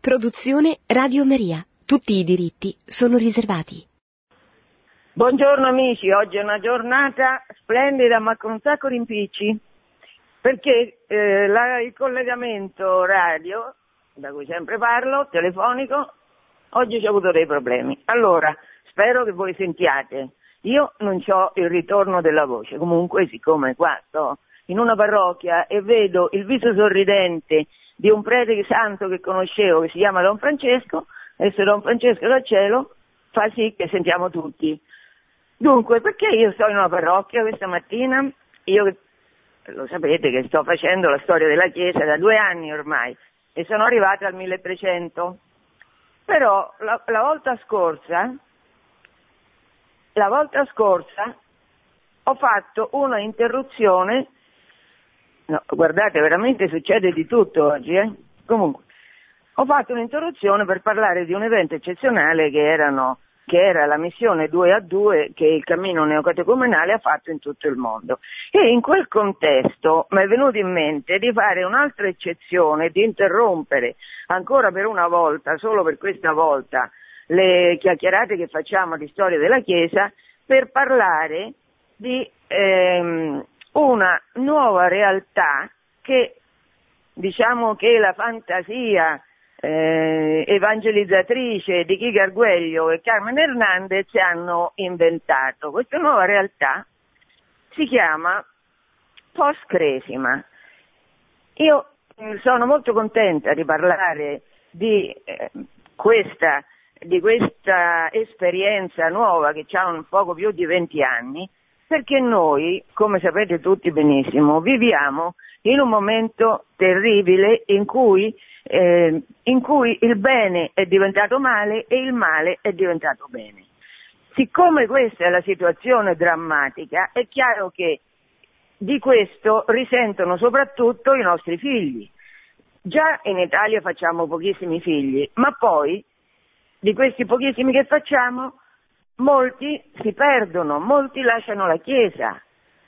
Produzione Radio Maria. Tutti i diritti sono riservati. Buongiorno amici, oggi è una giornata splendida ma con un sacco di impicci, perché il collegamento radio, da cui sempre parlo, telefonico, oggi c'è avuto dei problemi. Allora, spero che voi sentiate. Io non ho il ritorno della voce, comunque siccome qua sto in una parrocchia e vedo il viso sorridente di un prete santo che conoscevo, che si chiama Don Francesco, adesso Don Francesco dal cielo, fa sì che sentiamo tutti. Dunque, perché io sto in una parrocchia questa mattina? Io, lo sapete che sto facendo la storia della Chiesa da 2 anni ormai e sono arrivata al 1300. Però la volta scorsa ho fatto una interruzione. No, guardate, veramente succede di tutto oggi, Comunque, ho fatto un'interruzione per parlare di un evento eccezionale che era la missione 2 a 2 che il cammino neocatecumenale ha fatto in tutto il mondo. E in quel contesto mi è venuto in mente di fare un'altra eccezione, di interrompere ancora per una volta, solo per questa volta, le chiacchierate che facciamo di storia della Chiesa, per parlare di una nuova realtà che, diciamo che la fantasia evangelizzatrice di Chico Arguello e Carmen Hernandez hanno inventato. Questa nuova realtà si chiama post-cresima. Io sono molto contenta di parlare di questa esperienza nuova che ha un poco più di 20 anni, perché noi, come sapete tutti benissimo, viviamo in un momento terribile in cui il bene è diventato male e il male è diventato bene. Siccome questa è la situazione drammatica, è chiaro che di questo risentono soprattutto i nostri figli. Già in Italia facciamo pochissimi figli, ma poi di questi pochissimi che facciamo, molti si perdono, molti lasciano la Chiesa.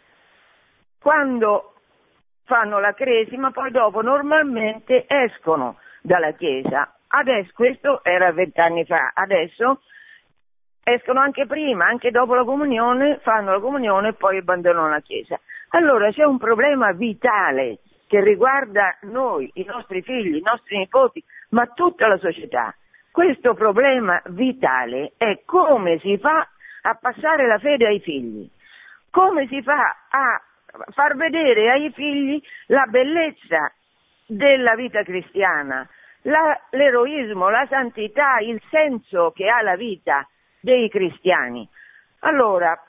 Quando fanno la cresima, poi dopo normalmente escono dalla Chiesa. Adesso, questo era 20 anni fa, adesso escono anche prima, anche dopo la comunione, fanno la comunione e poi abbandonano la Chiesa. Allora c'è un problema vitale che riguarda noi, i nostri figli, i nostri nipoti, ma tutta la società. Questo problema vitale è come si fa a passare la fede ai figli, come si fa a far vedere ai figli la bellezza della vita cristiana, l'eroismo, la santità, il senso che ha la vita dei cristiani. Allora,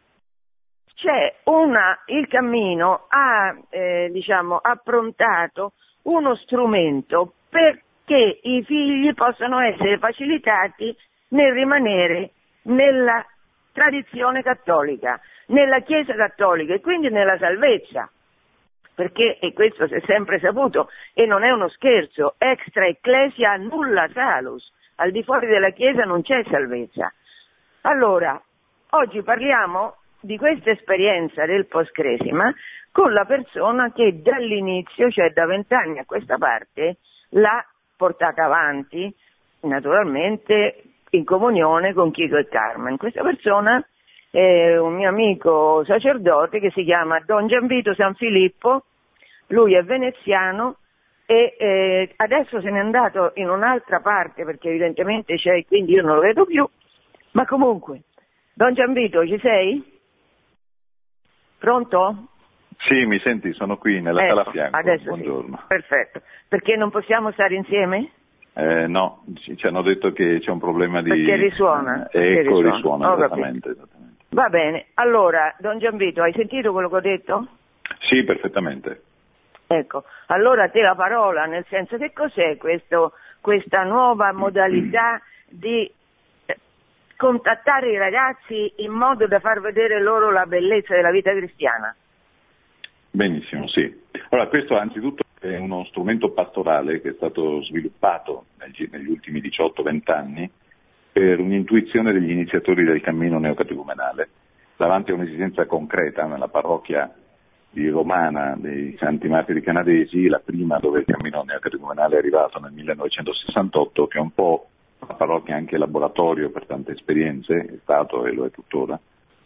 il cammino ha approntato uno strumento perché i figli possano essere facilitati nel rimanere nella tradizione cattolica, nella Chiesa cattolica e quindi nella salvezza, perché, e questo si è sempre saputo, e non è uno scherzo, extra ecclesia nulla salus, al di fuori della Chiesa non c'è salvezza. Allora, oggi parliamo di questa esperienza del post-cresima con la persona che dall'inizio, cioè da 20 anni a questa parte, l'ha portata avanti, naturalmente in comunione con Chico e Carmen. Questa persona è un mio amico sacerdote che si chiama Don Gianvito Sanfilippo, lui è veneziano e adesso se n'è andato in un'altra parte perché evidentemente c'è, quindi io non lo vedo più, ma comunque, Don Gianvito, ci sei? Pronto? Sì, mi senti, sono qui nella sala a fianco. Adesso buongiorno. Sì. Perfetto. Perché non possiamo stare insieme? No, ci hanno detto che c'è un problema di... Perché risuona? Risuona, esattamente. Va bene, allora, Don Gianvito, hai sentito quello che ho detto? Sì, perfettamente. Ecco, allora a te la parola, nel senso che cos'è questa nuova modalità di contattare i ragazzi in modo da far vedere loro la bellezza della vita cristiana? Benissimo, sì. Allora, questo anzitutto è uno strumento pastorale che è stato sviluppato negli ultimi 18-20 anni per un'intuizione degli iniziatori del cammino neocatecumenale davanti a un'esigenza concreta nella parrocchia di Romana dei Santi Martiri Canadesi, la prima dove il cammino neocatecumenale è arrivato nel 1968, che è un po' una parrocchia anche laboratorio per tante esperienze, è stato e lo è tuttora,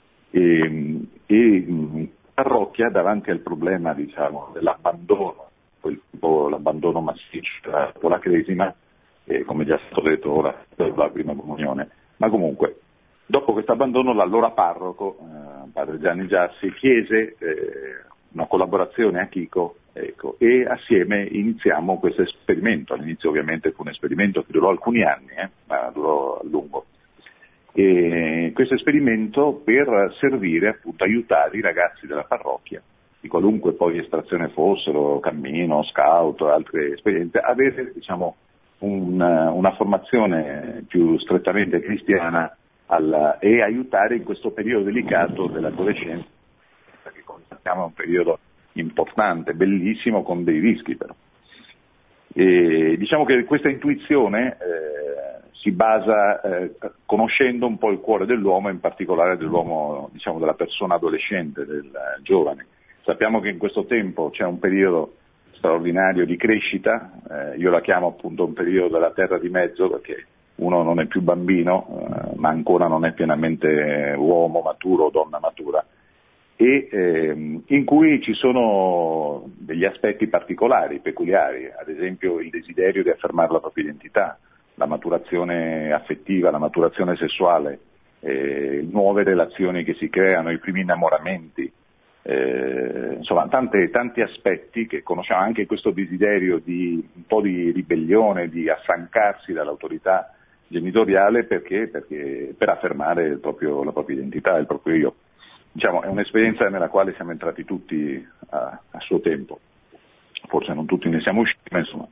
e parrocchia davanti al problema, diciamo, dell'abbandono, l'abbandono massiccio dopo la Cresima, come già è stato detto ora per la prima comunione, ma comunque dopo questo abbandono l'allora parroco, padre Gianni Giassi, chiese una collaborazione a Chico, ecco, e assieme iniziamo questo esperimento. All'inizio ovviamente fu un esperimento che durò alcuni anni, ma durò a lungo. E questo esperimento per servire, appunto, aiutare i ragazzi della parrocchia, di qualunque poi estrazione fossero, cammino, scout, altre esperienze, avere, diciamo, una formazione più strettamente cristiana e aiutare in questo periodo delicato dell'adolescenza, perché come sappiamo è un periodo importante, bellissimo, con dei rischi però. E diciamo che questa intuizione si basa conoscendo un po' il cuore dell'uomo, in particolare dell'uomo, diciamo, della persona adolescente, del giovane. Sappiamo che in questo tempo c'è un periodo straordinario di crescita, io la chiamo appunto un periodo della terra di mezzo, perché uno non è più bambino, ma ancora non è pienamente uomo maturo o donna matura, e in cui ci sono degli aspetti particolari, peculiari, ad esempio il desiderio di affermare la propria identità, la maturazione affettiva, la maturazione sessuale, nuove relazioni che si creano, i primi innamoramenti, insomma tanti aspetti che conosciamo, anche questo desiderio di un po' di ribellione, di affrancarsi dall'autorità genitoriale perché per affermare la propria identità, il proprio io. Diciamo, è un'esperienza nella quale siamo entrati tutti a suo tempo, forse non tutti ne siamo usciti, ma insomma.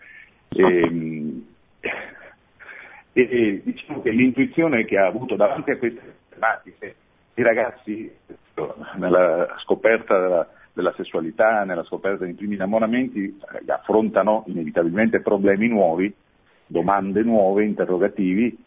E diciamo che l'intuizione che ha avuto davanti a queste tematiche i ragazzi, nella scoperta della sessualità, nella scoperta dei primi innamoramenti, affrontano inevitabilmente problemi nuovi, domande nuove, interrogativi,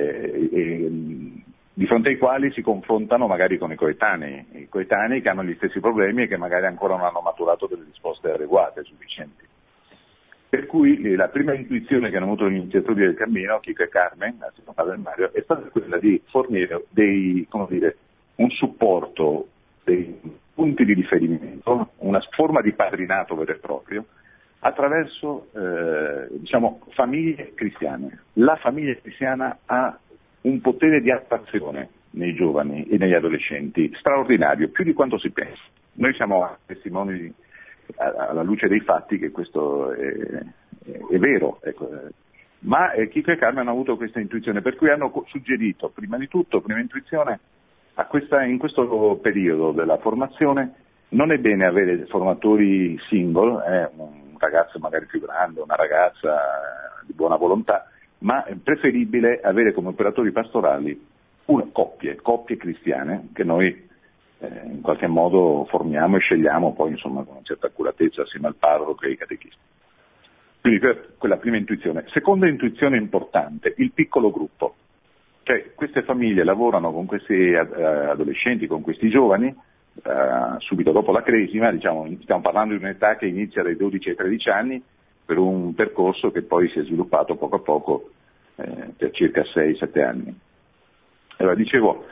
di fronte ai quali si confrontano magari con i coetanei che hanno gli stessi problemi e che magari ancora non hanno maturato delle risposte adeguate, sufficienti. Per cui la prima intuizione che hanno avuto gli iniziatori del cammino, Chico e Carmen, assieme a padre Mario, è stata quella di fornire un supporto, dei punti di riferimento, una forma di padrinato vero e proprio, attraverso famiglie cristiane. La famiglia cristiana ha un potere di attrazione nei giovani e negli adolescenti straordinario, più di quanto si pensa. Noi siamo testimoni alla luce dei fatti che questo è vero, ecco. Ma Chico e Carmen hanno avuto questa intuizione, per cui hanno suggerito, prima intuizione, in questo periodo della formazione non è bene avere formatori single, un ragazzo magari più grande, una ragazza di buona volontà, ma è preferibile avere come operatori pastorali coppie cristiane che noi in qualche modo formiamo e scegliamo poi, insomma, con una certa accuratezza assieme al parroco e ai catechisti. Quindi quella prima intuizione. Seconda intuizione importante, il piccolo gruppo. Cioè queste famiglie lavorano con questi adolescenti, con questi giovani, subito dopo la Cresima, diciamo, stiamo parlando di un'età che inizia dai 12 ai 13 anni, per un percorso che poi si è sviluppato poco a poco per circa 6-7 anni. Allora, dicevo,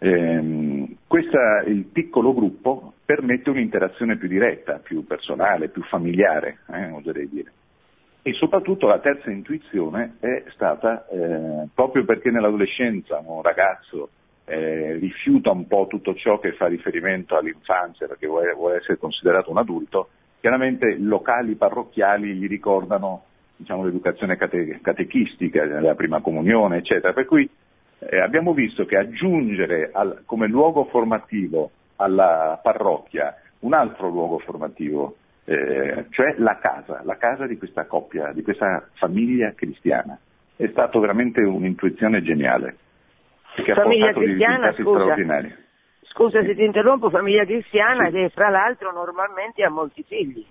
il piccolo gruppo permette un'interazione più diretta, più personale, più familiare, oserei dire. E soprattutto la terza intuizione è stata proprio perché nell'adolescenza un ragazzo rifiuta un po' tutto ciò che fa riferimento all'infanzia perché vuole essere considerato un adulto. Chiaramente locali parrocchiali gli ricordano, diciamo, l'educazione catechistica, la prima comunione, eccetera. Per cui abbiamo visto che aggiungere come luogo formativo alla parrocchia un altro luogo formativo, cioè la casa di questa coppia, di questa famiglia cristiana, è stato veramente un'intuizione geniale, che ha portato dei risultati straordinari. Scusa se ti interrompo, famiglia cristiana sì. Che fra l'altro normalmente ha molti figli.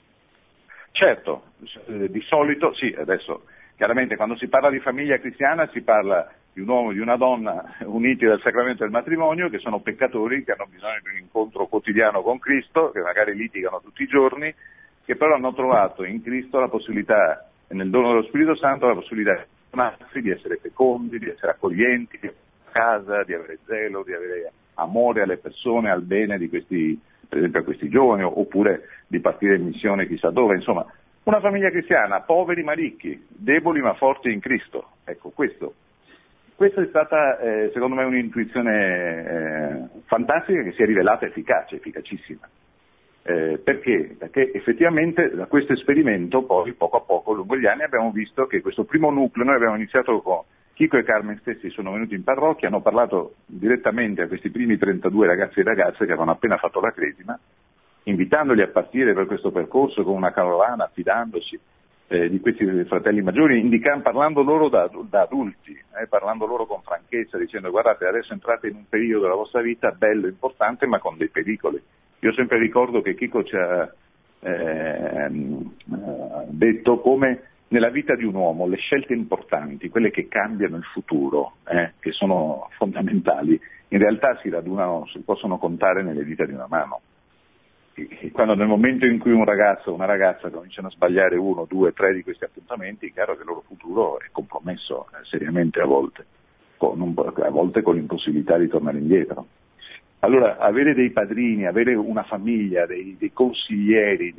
Certo, di solito sì, adesso chiaramente quando si parla di famiglia cristiana si parla di di un uomo e di una donna uniti dal sacramento del matrimonio, che sono peccatori, che hanno bisogno di un incontro quotidiano con Cristo, che magari litigano tutti i giorni, che però hanno trovato in Cristo la possibilità, e nel dono dello Spirito Santo, la possibilità di essere fecondi, di essere accoglienti, di avere casa, di avere zelo, di avere amore alle persone, al bene di questi, per esempio a questi giovani, oppure di partire in missione chissà dove, insomma, una famiglia cristiana, poveri ma ricchi, deboli ma forti in Cristo. Ecco, questa è stata secondo me un'intuizione fantastica, che si è rivelata efficacissima. Perché? Perché effettivamente da questo esperimento poi poco a poco lungo gli anni abbiamo visto che questo primo nucleo, noi abbiamo iniziato con Chico e Carmen stessi, sono venuti in parrocchia, hanno parlato direttamente a questi primi 32 ragazzi e ragazze che avevano appena fatto la cresima, invitandoli a partire per questo percorso con una carovana, affidandosi di questi fratelli maggiori, parlando loro da adulti, parlando loro con franchezza, dicendo: guardate, adesso entrate in un periodo della vostra vita bello, importante, ma con dei pericoli. Io sempre ricordo che Chico ci ha detto come nella vita di un uomo le scelte importanti, quelle che cambiano il futuro, che sono fondamentali, in realtà si radunano, si possono contare nelle dita di una mano. E quando nel momento in cui un ragazzo o una ragazza cominciano a sbagliare 1, 2, 3 di questi appuntamenti, è chiaro che il loro futuro è compromesso seriamente a volte con l'impossibilità di tornare indietro. Allora, avere dei padrini, avere una famiglia, dei consiglieri,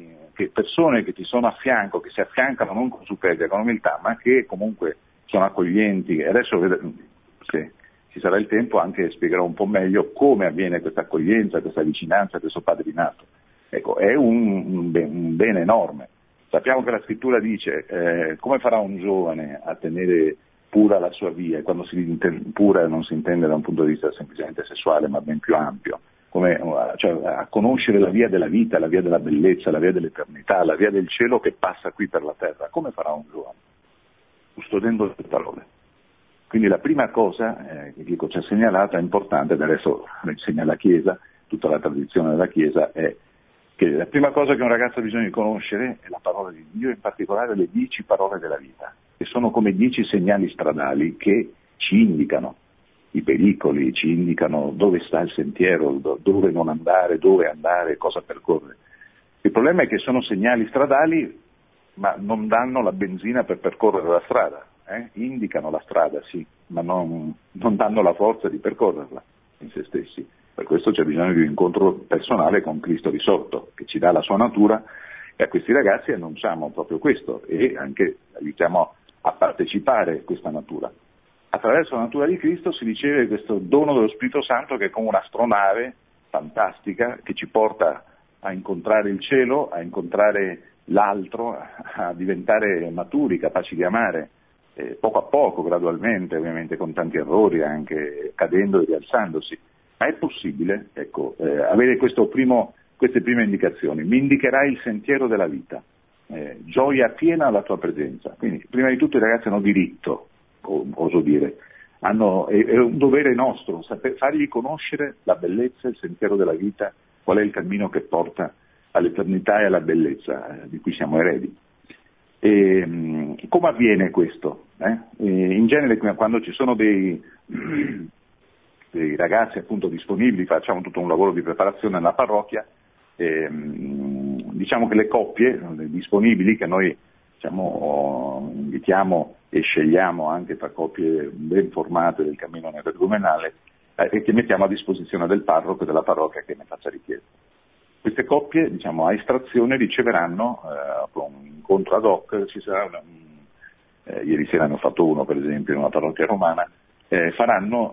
persone che ti sono a fianco, che si affiancano non con superbia, con umiltà, ma che comunque sono accoglienti. E adesso, se ci sarà il tempo, anche spiegherò un po' meglio come avviene questa accoglienza, questa vicinanza, questo padrinato. Ecco, è un bene enorme. Sappiamo che la scrittura dice come farà un giovane a tenere pura la sua via, e quando si pura non si intende da un punto di vista semplicemente sessuale, ma ben più ampio, cioè a conoscere la via della vita, la via della bellezza, la via dell'eternità, la via del cielo che passa qui per la terra. Come farà un giovane? Custodendo le parole. Quindi la prima cosa che Chico ci ha segnalato è importante, e adesso lo insegna la Chiesa, tutta la tradizione della Chiesa, è che la prima cosa che un ragazzo ha bisogno di conoscere è la parola di Dio, in particolare le 10 parole della vita, che sono come 10 segnali stradali che ci indicano i pericoli, ci indicano dove sta il sentiero, dove non andare, dove andare, cosa percorrere. Il problema è che sono segnali stradali, ma non danno la benzina per percorrere la strada. Indicano la strada, sì, ma non danno la forza di percorrerla in se stessi. Per questo c'è bisogno di un incontro personale con Cristo risorto, che ci dà la sua natura, e a questi ragazzi annunciamo proprio questo e anche aiutiamo a partecipare a questa natura. Attraverso la natura di Cristo si riceve questo dono dello Spirito Santo, che è come un'astronave fantastica che ci porta a incontrare il cielo, a incontrare l'altro, a diventare maturi, capaci di amare. Poco a poco, gradualmente, ovviamente con tanti errori, anche cadendo e rialzandosi, ma è possibile, avere queste prime indicazioni. Mi indicherai il sentiero della vita, gioia piena alla tua presenza. Quindi, prima di tutto, i ragazzi hanno diritto, oso dire, è un dovere nostro fargli conoscere la bellezza, il sentiero della vita, qual è il cammino che porta all'eternità e alla bellezza di cui siamo eredi. Come avviene questo? In genere quando ci sono dei ragazzi appunto disponibili, facciamo tutto un lavoro di preparazione nella parrocchia, diciamo che le coppie disponibili, che noi invitiamo e scegliamo anche tra coppie ben formate del cammino neocatecumenale, e che mettiamo a disposizione del parroco e della parrocchia che ne faccia richiesta. Queste coppie, a estrazione, riceveranno con un incontro ad hoc, ci sarà ieri sera ne ho fatto uno per esempio in una parrocchia romana, verranno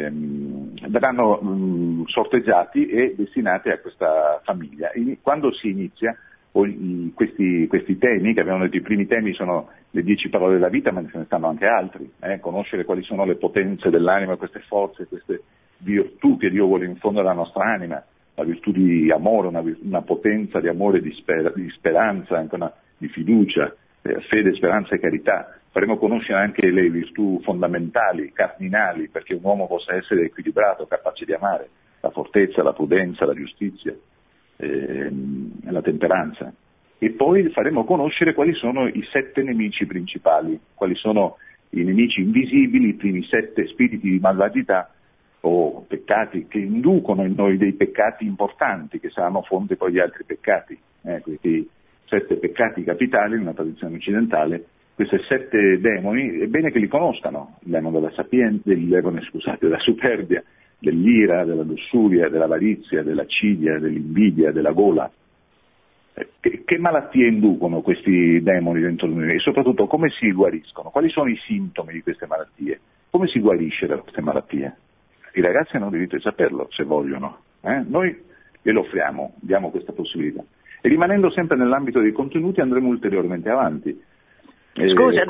sorteggiati e destinati a questa famiglia. Quando si inizia, questi temi, che abbiamo detto, i primi temi sono le 10 parole della vita, ma ce ne stanno anche altri, conoscere quali sono le potenze dell'anima, queste forze, queste virtù che Dio vuole infondere alla nostra anima, la virtù di amore, una potenza di amore, di speranza, anche di fiducia, fede, speranza e carità. Faremo conoscere anche le virtù fondamentali, cardinali, perché un uomo possa essere equilibrato, capace di amare, la fortezza, la prudenza, la giustizia, la temperanza. E poi faremo conoscere quali sono i 7 nemici principali, quali sono i nemici invisibili, i primi 7 spiriti di malvagità o peccati che inducono in noi dei peccati importanti, che saranno fonte poi di altri peccati. Questi 7 peccati capitali nella tradizione occidentale, questi 7 demoni, è bene che li conoscano: il demone della sapienza, della superbia, dell'ira, della lussuria, dell'avarizia, dell'accidia, dell'invidia, della gola. Che malattie inducono questi demoni dentro di noi e soprattutto come si guariscono? Quali sono i sintomi di queste malattie? Come si guarisce da queste malattie? I ragazzi hanno diritto di saperlo se vogliono, noi glielo offriamo, diamo questa possibilità. E rimanendo sempre nell'ambito dei contenuti andremo ulteriormente avanti. Scusa,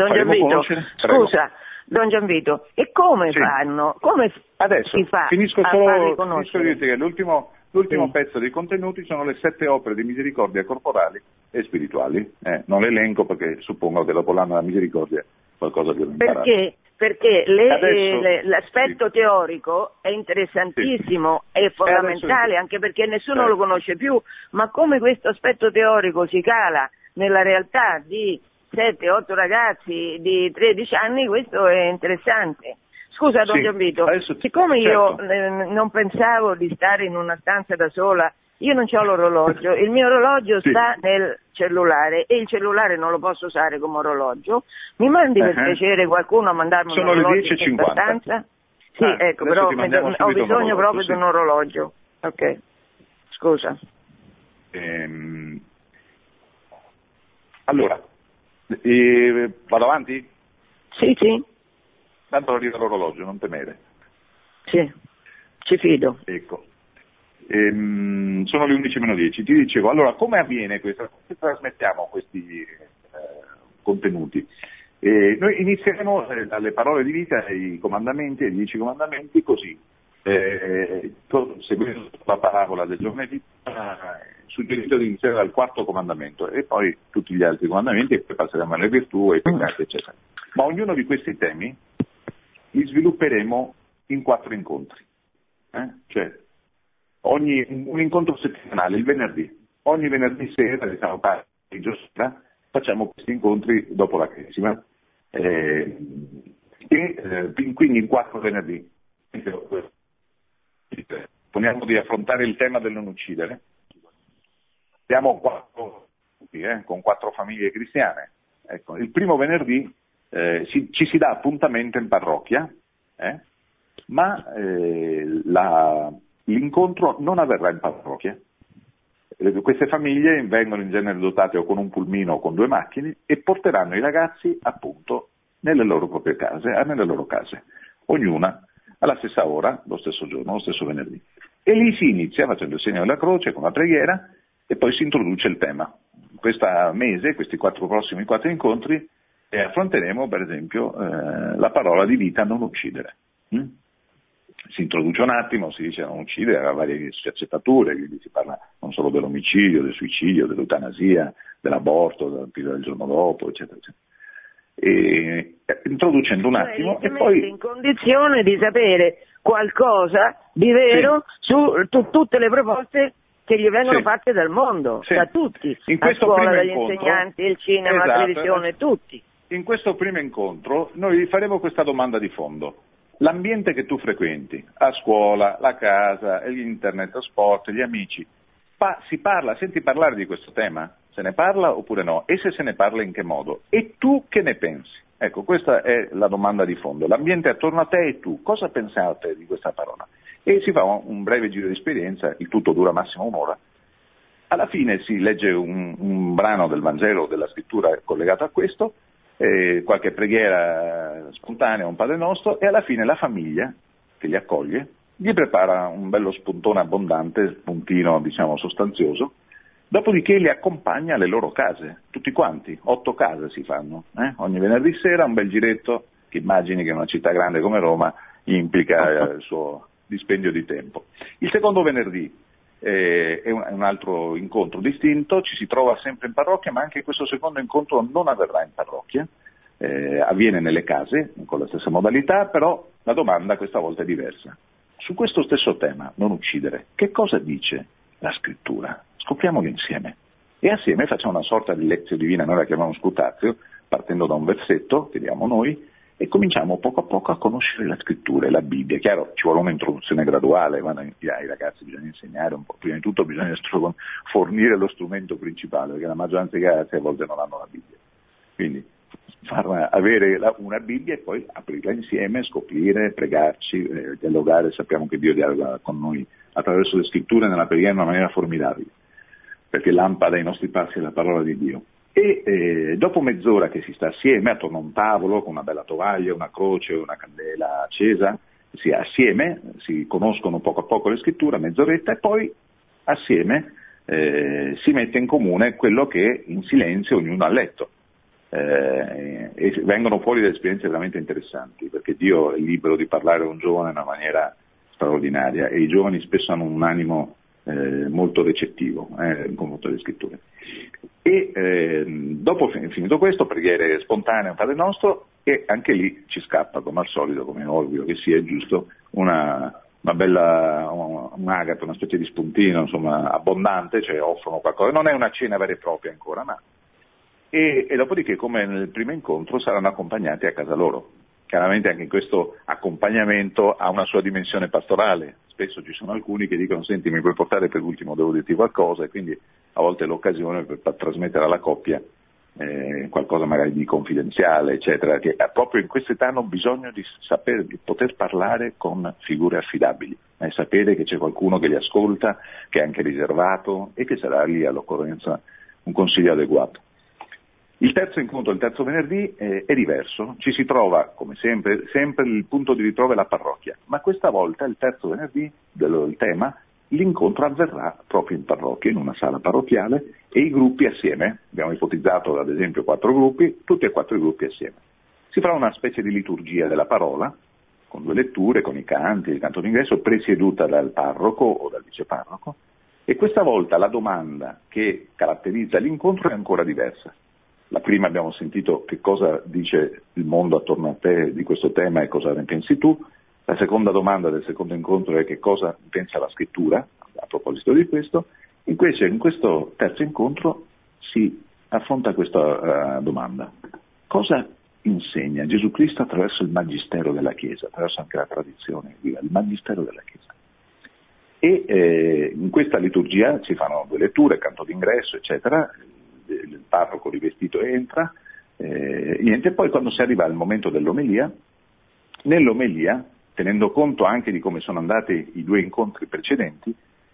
Don Gianvito, e come sì. fanno? Come adesso si fa finisco a solo farli conoscere? finisco di dire che l'ultimo pezzo dei contenuti sono le 7 opere di misericordia corporali e spirituali. Non le elenco perché suppongo che dopo l'anno della misericordia qualcosa devo imparare. Perché Adesso, l'aspetto teorico è interessantissimo, è fondamentale, anche perché nessuno lo conosce più, ma come questo aspetto teorico si cala nella realtà di 7-8 ragazzi di 13 anni, questo è interessante. Scusa, Don Gianvito, siccome io non pensavo di stare in una stanza da sola, io non ho l'orologio, il mio orologio sta nel cellulare e il cellulare non lo posso usare come orologio. Mi mandi per piacere qualcuno a mandarmi un orologio in questa stanza? Sì, ecco, però ho bisogno proprio di un orologio. Ok, scusa. Allora, vado avanti? Sì. Tanto arriva l'orologio, non temere. Sì, ci fido. Ecco. Sono le 11:10. Ti dicevo, allora come avviene questo? Come trasmettiamo questi contenuti? Noi inizieremo dalle parole di vita, i comandamenti, i 10 comandamenti, così, seguendo la parabola del giorno di vita, suggerito di iniziare dal 4° comandamento e poi tutti gli altri comandamenti e poi passeremo alle virtù, ai peccati, eccetera. Ma ognuno di questi temi li svilupperemo in 4 incontri, cioè un incontro settimanale, il venerdì. Ogni venerdì sera, diciamo sera, facciamo questi incontri dopo la Cresima, quindi in 4 venerdì. Poniamo di affrontare il tema del non uccidere. Siamo 4 con 4 famiglie cristiane. Ecco, il primo venerdì ci si dà appuntamento in parrocchia, ma l'incontro non avverrà in parrocchia. Queste famiglie vengono in genere dotate o con un pulmino o con 2 macchine e porteranno i ragazzi appunto nelle loro proprie case, nelle loro case, ognuna alla stessa ora, lo stesso giorno, lo stesso venerdì. E lì si inizia facendo il segno della croce con la preghiera e poi si introduce il tema. Questo mese, questi prossimi 4 incontri, affronteremo per esempio la parola di vita non uccidere. Si introduce un attimo, si dice non uccidere, ha varie sfaccettature, quindi si parla non solo dell'omicidio, del suicidio, dell'eutanasia, dell'aborto, della pillole del giorno dopo, eccetera, eccetera. E introducendo un attimo e poi in condizione di sapere qualcosa di vero su tutte le proposte che gli vengono fatte dal mondo, da tutti, in la questo scuola, primo dagli incontro, insegnanti, il cinema, la televisione, tutti. In questo primo incontro noi faremo questa domanda di fondo: l'ambiente che tu frequenti, a scuola, la casa, internet, lo sport, gli amici, senti parlare di questo tema? Se ne parla oppure no? E se ne parla, in che modo? E tu che ne pensi? Ecco, questa è la domanda di fondo. L'ambiente attorno a te e tu, cosa pensate di questa parola? E si fa un breve giro di esperienza, il tutto dura massimo un'ora. Alla fine si legge un brano del Vangelo o della scrittura collegato a questo, qualche preghiera spontanea, un Padre Nostro, e alla fine la famiglia che li accoglie gli prepara un bello spuntone abbondante, spuntino diciamo sostanzioso, dopodiché li accompagna alle loro case, tutti quanti, 8 case si fanno, ogni venerdì sera un bel giretto, che immagini che in una città grande come Roma implica il suo dispendio di tempo. Il secondo venerdì è un altro incontro distinto, ci si trova sempre in parrocchia, ma anche questo secondo incontro non avverrà in parrocchia, avviene nelle case con la stessa modalità, però la domanda questa volta è diversa. Su questo stesso tema, non uccidere, che cosa dice la scrittura? Scopriamolo insieme e assieme facciamo una sorta di lezione divina, noi la chiamiamo scutazio, partendo da un versetto che diamo noi e cominciamo poco a poco a conoscere la scrittura e la Bibbia. Chiaro, ci vuole un'introduzione graduale, quando ai ragazzi bisogna insegnare un po', prima di tutto bisogna fornire lo strumento principale, perché la maggioranza dei ragazzi a volte non hanno la Bibbia. Quindi avere una Bibbia e poi aprirla insieme, scoprire, pregarci, dialogare. Sappiamo che Dio dialoga con noi attraverso le scritture nella preghiera in una maniera formidabile, perché lampada ai nostri passi è la parola di Dio. E dopo mezz'ora che si sta assieme attorno a un tavolo con una bella tovaglia, una croce, una candela accesa, si è assieme, si conoscono poco a poco le scritture, mezz'oretta, e poi assieme si mette in comune quello che in silenzio ognuno ha letto. E vengono fuori delle esperienze veramente interessanti, perché Dio è libero di parlare a un giovane in una maniera straordinaria, e i giovani spesso hanno un animo molto recettivo in confronto alle scritture. E dopo finito questo, preghiere spontanee, un Padre Nostro, e anche lì ci scappa, come al solito, come è ovvio che sia, è giusto, una bella un'agape, una specie di spuntino, insomma, abbondante, cioè offrono qualcosa. Non è una cena vera e propria ancora, ma e dopodiché, come nel primo incontro, saranno accompagnati a casa loro. Chiaramente anche questo accompagnamento ha una sua dimensione pastorale. Spesso ci sono alcuni che dicono: senti, mi puoi portare per ultimo, devo dirti qualcosa, e quindi a volte è l'occasione per trasmettere alla coppia qualcosa magari di confidenziale, eccetera, che proprio in questa età hanno bisogno di sapere, di poter parlare con figure affidabili, sapere che c'è qualcuno che li ascolta, che è anche riservato e che sarà lì all'occorrenza un consiglio adeguato. Il terzo incontro, il terzo venerdì, è diverso, ci si trova come sempre il punto di ritrovo è la parrocchia, ma questa volta il terzo venerdì, il tema, l'incontro avverrà proprio in parrocchia, in una sala parrocchiale, e i gruppi assieme, abbiamo ipotizzato ad esempio 4 gruppi, tutti e 4 i gruppi assieme. Si farà una specie di liturgia della parola, con 2 letture, con i canti, il canto d'ingresso, presieduta dal parroco o dal viceparroco, e questa volta la domanda che caratterizza l'incontro è ancora diversa. La prima abbiamo sentito che cosa dice il mondo attorno a te di questo tema e cosa ne pensi tu. La seconda domanda del secondo incontro è che cosa pensa la scrittura a proposito di questo. Invece in questo terzo incontro si affronta questa domanda: cosa insegna Gesù Cristo attraverso il magistero della Chiesa, attraverso anche la tradizione, il magistero della Chiesa? E in questa liturgia si fanno 2 letture, canto d'ingresso, eccetera. Il parroco rivestito entra, niente. Poi quando si arriva al momento dell'omelia, nell'omelia, tenendo conto anche di come sono andati i 2 incontri precedenti,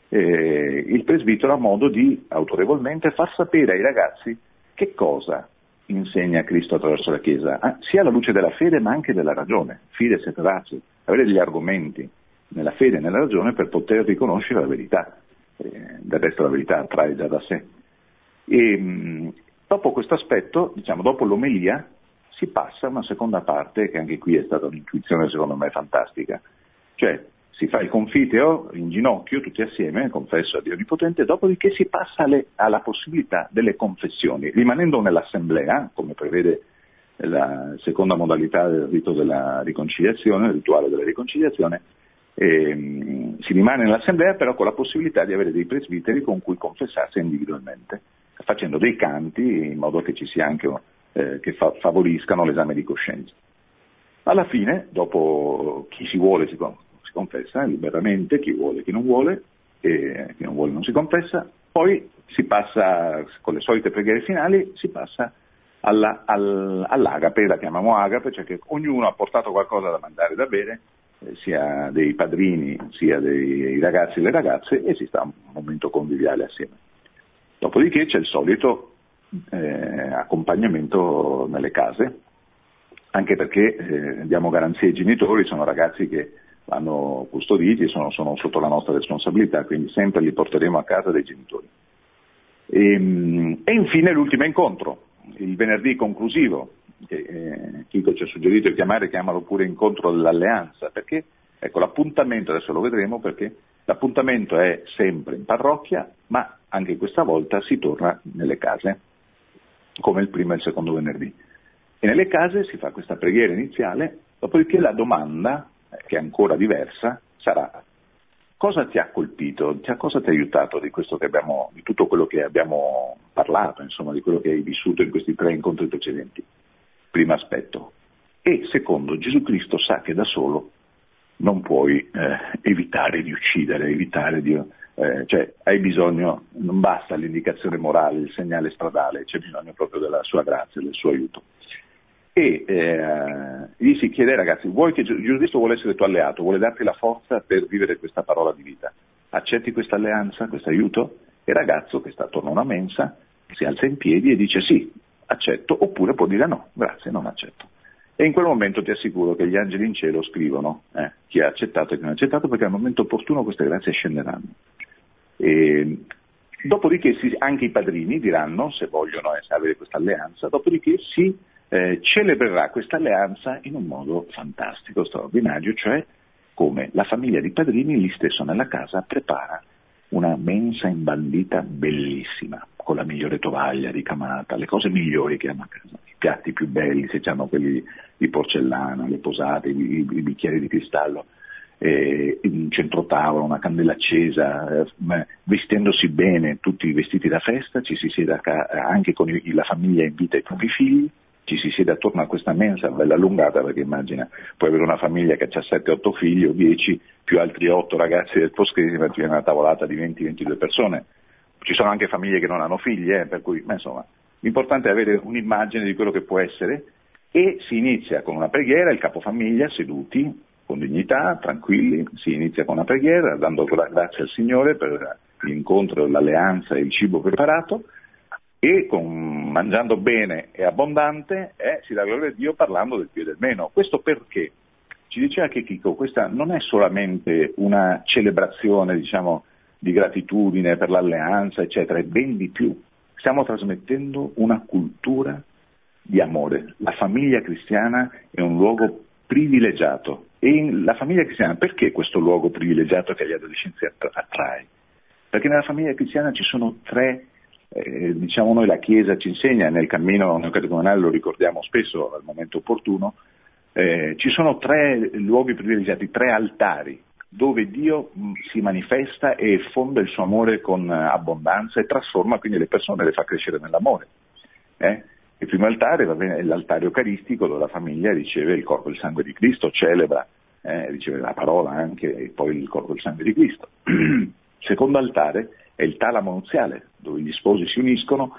il presbitero ha modo di autorevolmente far sapere ai ragazzi che cosa insegna Cristo attraverso la Chiesa, sia alla luce della fede ma anche della ragione, fides et ratio, avere degli argomenti nella fede e nella ragione per poter riconoscere la verità. Del resto la verità attrae già da sé. E dopo questo aspetto, diciamo, dopo l'omelia, si passa a una seconda parte, che anche qui è stata un'intuizione secondo me fantastica, cioè si fa il confiteo in ginocchio tutti assieme, confesso a Dio Onnipotente, dopodiché si passa alla possibilità delle confessioni, rimanendo nell'assemblea, come prevede la seconda modalità del rito della riconciliazione, il rituale della riconciliazione. Si rimane nell'assemblea, però con la possibilità di avere dei presbiteri con cui confessarsi individualmente, facendo dei canti in modo che ci sia anche che favoriscano l'esame di coscienza. Alla fine, dopo, chi si vuole si confessa liberamente, chi vuole, chi non vuole, e chi non vuole non si confessa. Poi si passa, con le solite preghiere finali, si passa all'agape, la chiamiamo agape, cioè che ognuno ha portato qualcosa da mangiare e da bere, sia dei padrini sia dei ragazzi e le ragazze, e si sta un momento conviviale assieme. Dopodiché c'è il solito accompagnamento nelle case, anche perché diamo garanzie ai genitori, sono ragazzi che vanno custoditi, sono sotto la nostra responsabilità, quindi sempre li porteremo a casa dei genitori. E infine l'ultimo incontro, il venerdì conclusivo, che Chico ci ha suggerito di chiamalo pure incontro dell'alleanza, perché ecco l'appuntamento, adesso lo vedremo, perché l'appuntamento è sempre in parrocchia, ma anche questa volta si torna nelle case, come il primo e il secondo venerdì. E nelle case si fa questa preghiera iniziale, dopodiché la domanda, che è ancora diversa, sarà: cosa ti ha colpito, cosa ti ha aiutato di tutto quello che abbiamo parlato, insomma, di quello che hai vissuto in questi 3 incontri precedenti? Primo aspetto. E secondo, Gesù Cristo sa che da solo non puoi evitare di uccidere, cioè hai bisogno, non basta l'indicazione morale, il segnale stradale, c'è bisogno proprio della sua grazia, del suo aiuto. E gli si chiede: ragazzi, vuoi che Gesù Cristo vuole essere tuo alleato, vuole darti la forza per vivere questa parola di vita, accetti questa alleanza, questo aiuto? E il ragazzo, che sta attorno a una mensa, si alza in piedi e dice sì, accetto, oppure può dire no, grazie, non accetto. E in quel momento ti assicuro che gli angeli in cielo scrivono chi ha accettato e chi non ha accettato, perché al momento opportuno queste grazie scenderanno. E dopodiché anche i padrini diranno, se vogliono avere questa alleanza, dopodiché si celebrerà questa alleanza in un modo fantastico, straordinario, cioè come la famiglia di padrini lì stesso nella casa prepara una mensa imbandita bellissima, con la migliore tovaglia ricamata, le cose migliori che hanno a casa, i piatti più belli, se hanno quelli di porcellana, le posate, i bicchieri di cristallo, un centrotavola, una candela accesa, vestendosi bene, tutti vestiti da festa, ci si siede anche con la famiglia invita i propri figli, ci si siede attorno a questa mensa bella allungata, perché immagina, puoi avere una famiglia che ha 7-8 figli o 10 più altri 8 ragazzi del post-crisma, ci viene una tavolata di 20-22 persone. Ci sono anche famiglie che non hanno figli, per cui insomma l'importante è avere un'immagine di quello che può essere, e si inizia con una preghiera, il capofamiglia seduti con dignità, tranquilli, si inizia con una preghiera dando grazie al Signore per l'incontro, l'alleanza e il cibo preparato, e mangiando bene e abbondante si dà gloria a Dio parlando del più e del meno. Questo perché? Ci diceva che Chico, questa non è solamente una celebrazione, diciamo, di gratitudine per l'alleanza, eccetera, è ben di più. Stiamo trasmettendo una cultura di amore. La famiglia cristiana è un luogo privilegiato. E la famiglia cristiana, perché questo luogo privilegiato che agli adolescenti attrae? Perché nella famiglia cristiana ci sono tre, diciamo noi la Chiesa ci insegna, nel cammino neocatecumenale lo ricordiamo spesso al momento opportuno, ci sono tre luoghi privilegiati, tre altari, dove Dio si manifesta e fonda il suo amore con abbondanza e trasforma quindi le persone, le fa crescere nell'amore. Il primo altare è l'altare eucaristico, dove la famiglia riceve il corpo e il sangue di Cristo, celebra, riceve la parola anche, e poi il corpo e il sangue di Cristo. Il secondo altare è il talamo nuziale, dove gli sposi si uniscono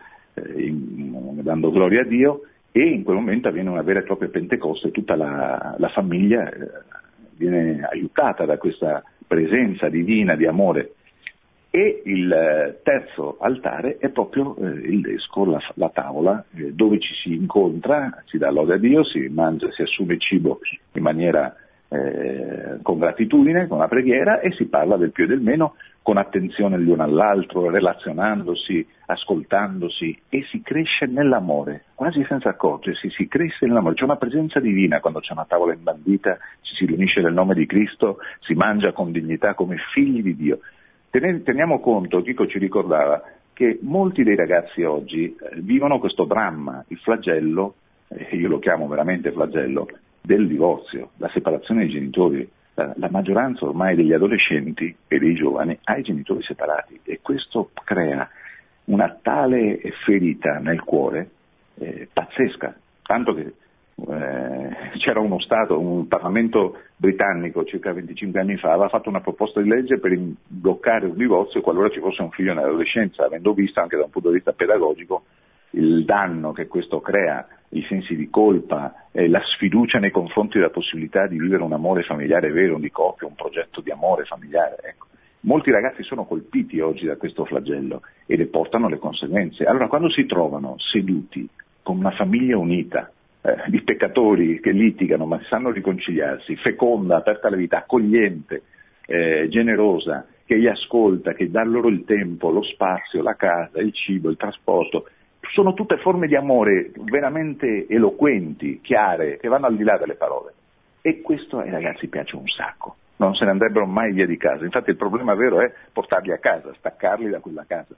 dando gloria a Dio, e in quel momento avviene una vera e propria Pentecoste, tutta la famiglia viene aiutata da questa presenza divina di amore. E il terzo altare è proprio il desco, la tavola, dove ci si incontra, si dà lode a Dio, si mangia, si assume cibo in maniera con gratitudine, con la preghiera, e si parla del più e del meno con attenzione l'uno all'altro, relazionandosi, ascoltandosi, e si cresce nell'amore, quasi senza accorgersi, si cresce nell'amore. C'è una presenza divina quando c'è una tavola imbandita, ci si riunisce nel nome di Cristo, si mangia con dignità come figli di Dio. Teniamo conto, Chico ci ricordava, che molti dei ragazzi oggi vivono questo dramma, il flagello, io lo chiamo veramente flagello, del divorzio, la separazione dei genitori. La maggioranza ormai degli adolescenti e dei giovani ha i genitori separati, e questo crea una tale ferita nel cuore pazzesca, tanto che c'era un Parlamento britannico circa 25 anni fa, aveva fatto una proposta di legge per bloccare un divorzio qualora ci fosse un figlio nell'adolescenza, avendo visto anche da un punto di vista pedagogico il danno che questo crea, i sensi di colpa, la sfiducia nei confronti della possibilità di vivere un amore familiare vero, di coppia, un progetto di amore familiare. Ecco. Molti ragazzi sono colpiti oggi da questo flagello e ne portano le conseguenze. Allora, quando si trovano seduti con una famiglia unita, di peccatori che litigano ma sanno riconciliarsi, feconda, aperta alla vita, accogliente, generosa, che li ascolta, che dà loro il tempo, lo spazio, la casa, il cibo, il trasporto, sono tutte forme di amore veramente eloquenti, chiare, che vanno al di là delle parole. E questo ai ragazzi piace un sacco, non se ne andrebbero mai via di casa. Infatti il problema vero è portarli a casa, staccarli da quella casa.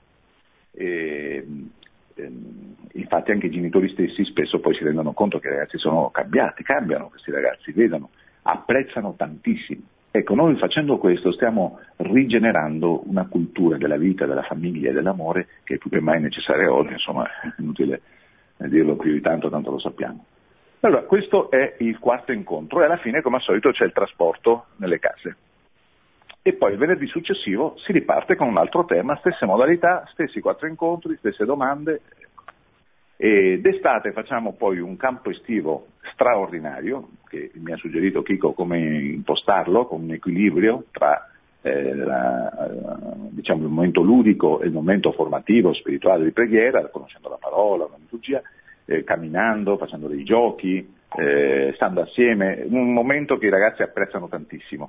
Infatti anche i genitori stessi spesso poi si rendono conto che i ragazzi sono cambiano questi ragazzi, vedono, apprezzano tantissimo. Ecco, noi facendo questo stiamo rigenerando una cultura della vita, della famiglia e dell'amore che è più che mai necessaria oggi, insomma, è inutile dirlo più di tanto lo sappiamo. Allora, questo è il quarto incontro e alla fine, come al solito, c'è il trasporto nelle case. E poi il venerdì successivo si riparte con un altro tema, stesse modalità, stessi 4 incontri, stesse domande. E d'estate facciamo poi un campo estivo straordinario, che mi ha suggerito Chico come impostarlo, con un equilibrio tra diciamo, il momento ludico e il momento formativo, spirituale di preghiera, conoscendo la parola, la liturgia, camminando, facendo dei giochi, stando assieme, un momento che i ragazzi apprezzano tantissimo.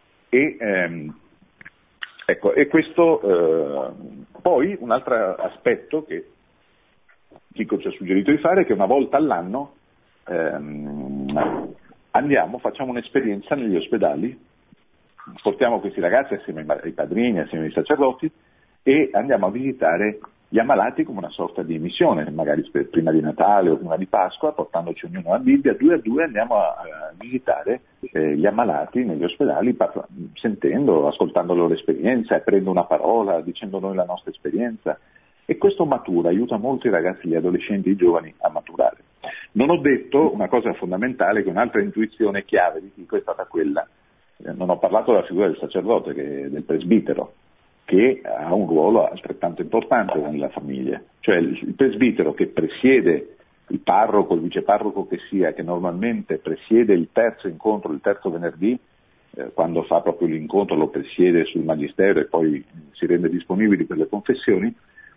Ecco, e questo poi un altro aspetto che Chico ci ha suggerito di fare è che una volta all'anno facciamo un'esperienza negli ospedali, portiamo questi ragazzi assieme ai padrini, assieme ai sacerdoti, e andiamo a visitare gli ammalati come una sorta di missione, magari prima di Natale o prima di Pasqua, portandoci ognuno la Bibbia, 2 a 2 andiamo a visitare gli ammalati negli ospedali, sentendo, ascoltando la loro esperienza, e prendo una parola dicendo noi la nostra esperienza. E questo matura, aiuta molto i ragazzi, gli adolescenti, i giovani a maturare. Non ho detto una cosa fondamentale, che un'altra intuizione chiave di Chico è stata quella, non ho parlato della figura del sacerdote, del presbitero, che ha un ruolo altrettanto importante nella famiglia, cioè il presbitero che presiede il parroco, il viceparroco che sia, che normalmente presiede il terzo incontro, il terzo venerdì, quando fa proprio l'incontro lo presiede sul magistero e poi si rende disponibile per le confessioni.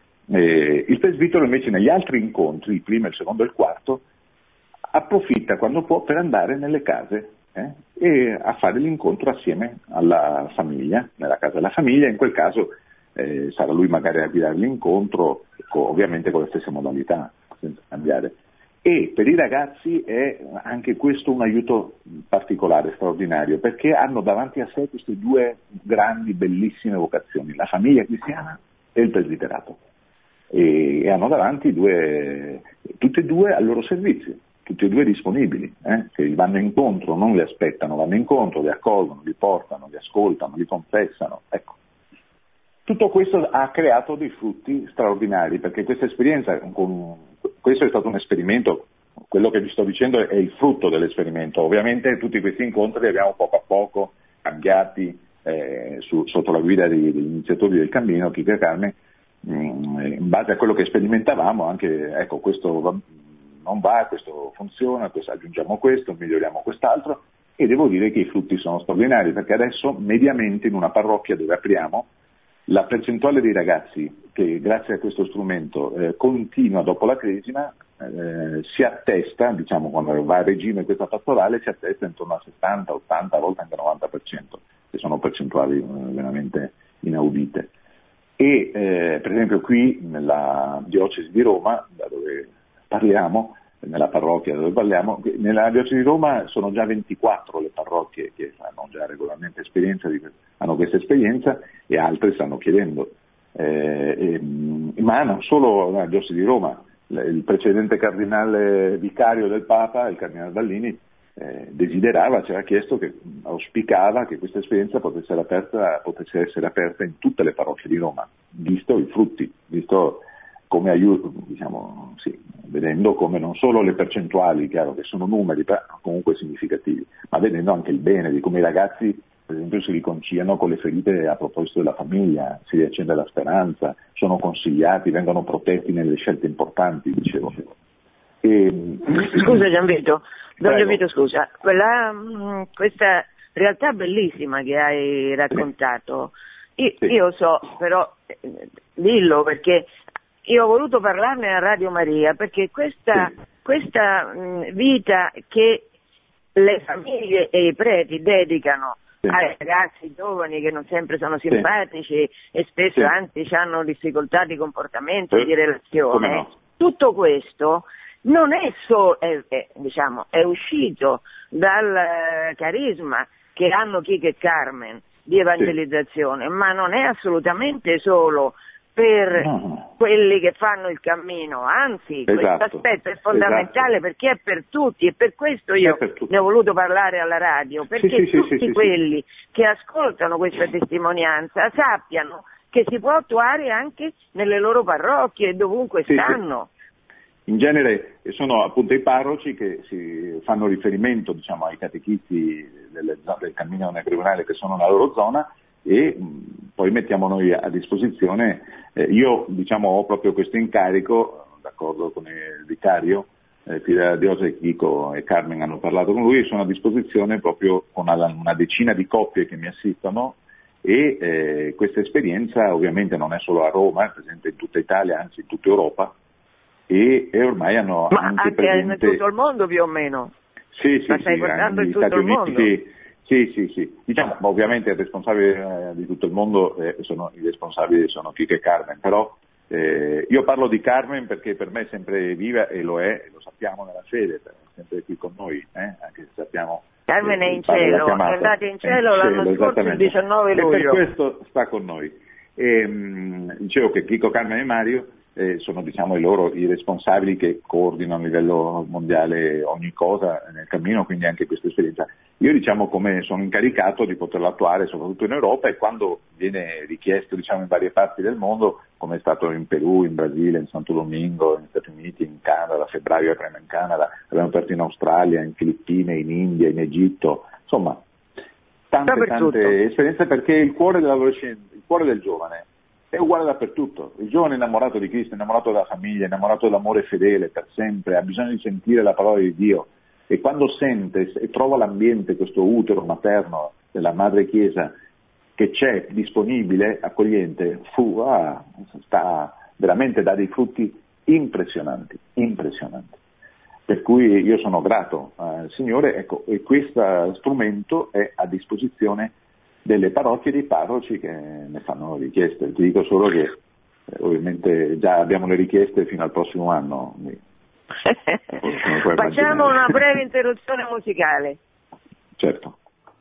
Il presbitero invece negli altri incontri, il primo, il secondo e il quarto, approfitta quando può per andare nelle case e a fare l'incontro assieme alla famiglia, nella casa della famiglia. In quel caso sarà lui magari a guidare l'incontro, ovviamente con le stesse modalità, senza cambiare. E per i ragazzi è anche questo un aiuto particolare, straordinario, perché hanno davanti a sé queste 2 grandi, bellissime vocazioni, la famiglia cristiana e il presbiterato. E hanno davanti tutte e 2 al loro servizio, tutti e 2 disponibili, che gli vanno incontro, non li aspettano, vanno incontro, li accolgono, li portano, li ascoltano, li confessano. Ecco. Tutto questo ha creato dei frutti straordinari, perché questa esperienza, questo è stato un esperimento, quello che vi sto dicendo è il frutto dell'esperimento. Ovviamente tutti questi incontri li abbiamo poco a poco cambiati sotto la guida degli iniziatori del cammino, Chico e Carmen, in base a quello che sperimentavamo, anche ecco, questo non va, questo funziona, aggiungiamo questo, miglioriamo quest'altro, e devo dire che i frutti sono straordinari, perché adesso mediamente in una parrocchia dove apriamo, la percentuale dei ragazzi che grazie a questo strumento continua dopo la cresima si attesta, diciamo quando va a regime questa pastorale, si attesta intorno al 60, 80, a volte anche al 90%, che sono percentuali veramente inaudite. E per esempio qui nella diocesi di Roma, da dove parliamo, nella parrocchia dove parliamo, nella diocesi di Roma sono già 24 le parrocchie che hanno già regolarmente hanno questa esperienza, e altre stanno chiedendo. Ma non solo nella diocesi di Roma, il precedente cardinale vicario del Papa, il cardinale Ballini, desiderava, ci aveva chiesto, auspicava che questa esperienza potesse essere aperta in tutte le parrocchie di Roma, visto i frutti, visto come aiuto, diciamo, sì, vedendo come non solo le percentuali, chiaro che sono numeri, però comunque significativi, ma vedendo anche il bene di come i ragazzi, per esempio, si riconciliano con le ferite a proposito della famiglia, si riaccende la speranza, sono consigliati, vengono protetti nelle scelte importanti, dicevo. Scusa Gianvito, scusa, questa realtà bellissima che hai raccontato, io so, però dillo, perché io ho voluto parlarne a Radio Maria, perché questa vita che le famiglie e i preti dedicano ai ragazzi giovani, che non sempre sono simpatici e spesso anzi hanno difficoltà di comportamento e di relazione, tutto questo non è solo, è uscito dal carisma che hanno Chico e Carmen di evangelizzazione, ma non è assolutamente solo per quelli che fanno il cammino, anzi questo aspetto è fondamentale, perché è per tutti, e per questo io ne ho voluto parlare alla radio, perché tutti quelli che ascoltano questa testimonianza sappiano che si può attuare anche nelle loro parrocchie, dovunque stanno. in genere sono appunto i parroci che si fanno riferimento, diciamo, ai catechisti del cammino negrionale che sono nella loro zona, e poi mettiamo noi a disposizione. Io, diciamo, ho proprio questo incarico, d'accordo con il vicario, figlia della diocesi, Chico e Carmen hanno parlato con lui, e sono a disposizione proprio con una decina di coppie che mi assistono, e questa esperienza ovviamente non è solo a Roma, è presente in tutta Italia, anzi in tutta Europa, e ormai hanno anche presente in tutto il mondo più o meno. Sì, la stai portando in tutto il mondo? Sì. Diciamo, ovviamente il responsabile di tutto il mondo i responsabili sono Chico e Carmen, però io parlo di Carmen perché per me è sempre viva, e lo sappiamo nella fede, è sempre qui con noi, anche se sappiamo. Carmen è in cielo, è andata in cielo l'anno scorso il 19 luglio. E per questo sta con noi. Dicevo che Chico, Carmen e Mario sono, diciamo, i responsabili che coordinano a livello mondiale ogni cosa nel cammino, quindi anche questa esperienza. Io, diciamo, come sono incaricato di poterlo attuare soprattutto in Europa, e quando viene richiesto, diciamo, in varie parti del mondo, come è stato in Perù, in Brasile, in Santo Domingo, negli Stati Uniti, in Canada, a febbraio apriamo in Canada, abbiamo aperto in Australia, in Filippine, in India, in Egitto, insomma tante esperienze, perché il cuore dell'adolescente, il cuore del giovane è uguale dappertutto. Il giovane è innamorato di Cristo, è innamorato della famiglia, è innamorato dell'amore fedele per sempre, ha bisogno di sentire la parola di Dio, e quando sente e trova l'ambiente, questo utero materno della Madre Chiesa che c'è, disponibile, accogliente, sta veramente da dei frutti impressionanti. Per cui io sono grato al Signore, ecco, e questo strumento è a disposizione delle parrocchie e dei parroci che ne fanno richieste. Ti dico solo che ovviamente già abbiamo le richieste fino al prossimo anno. Facciamo una breve interruzione musicale. Certo.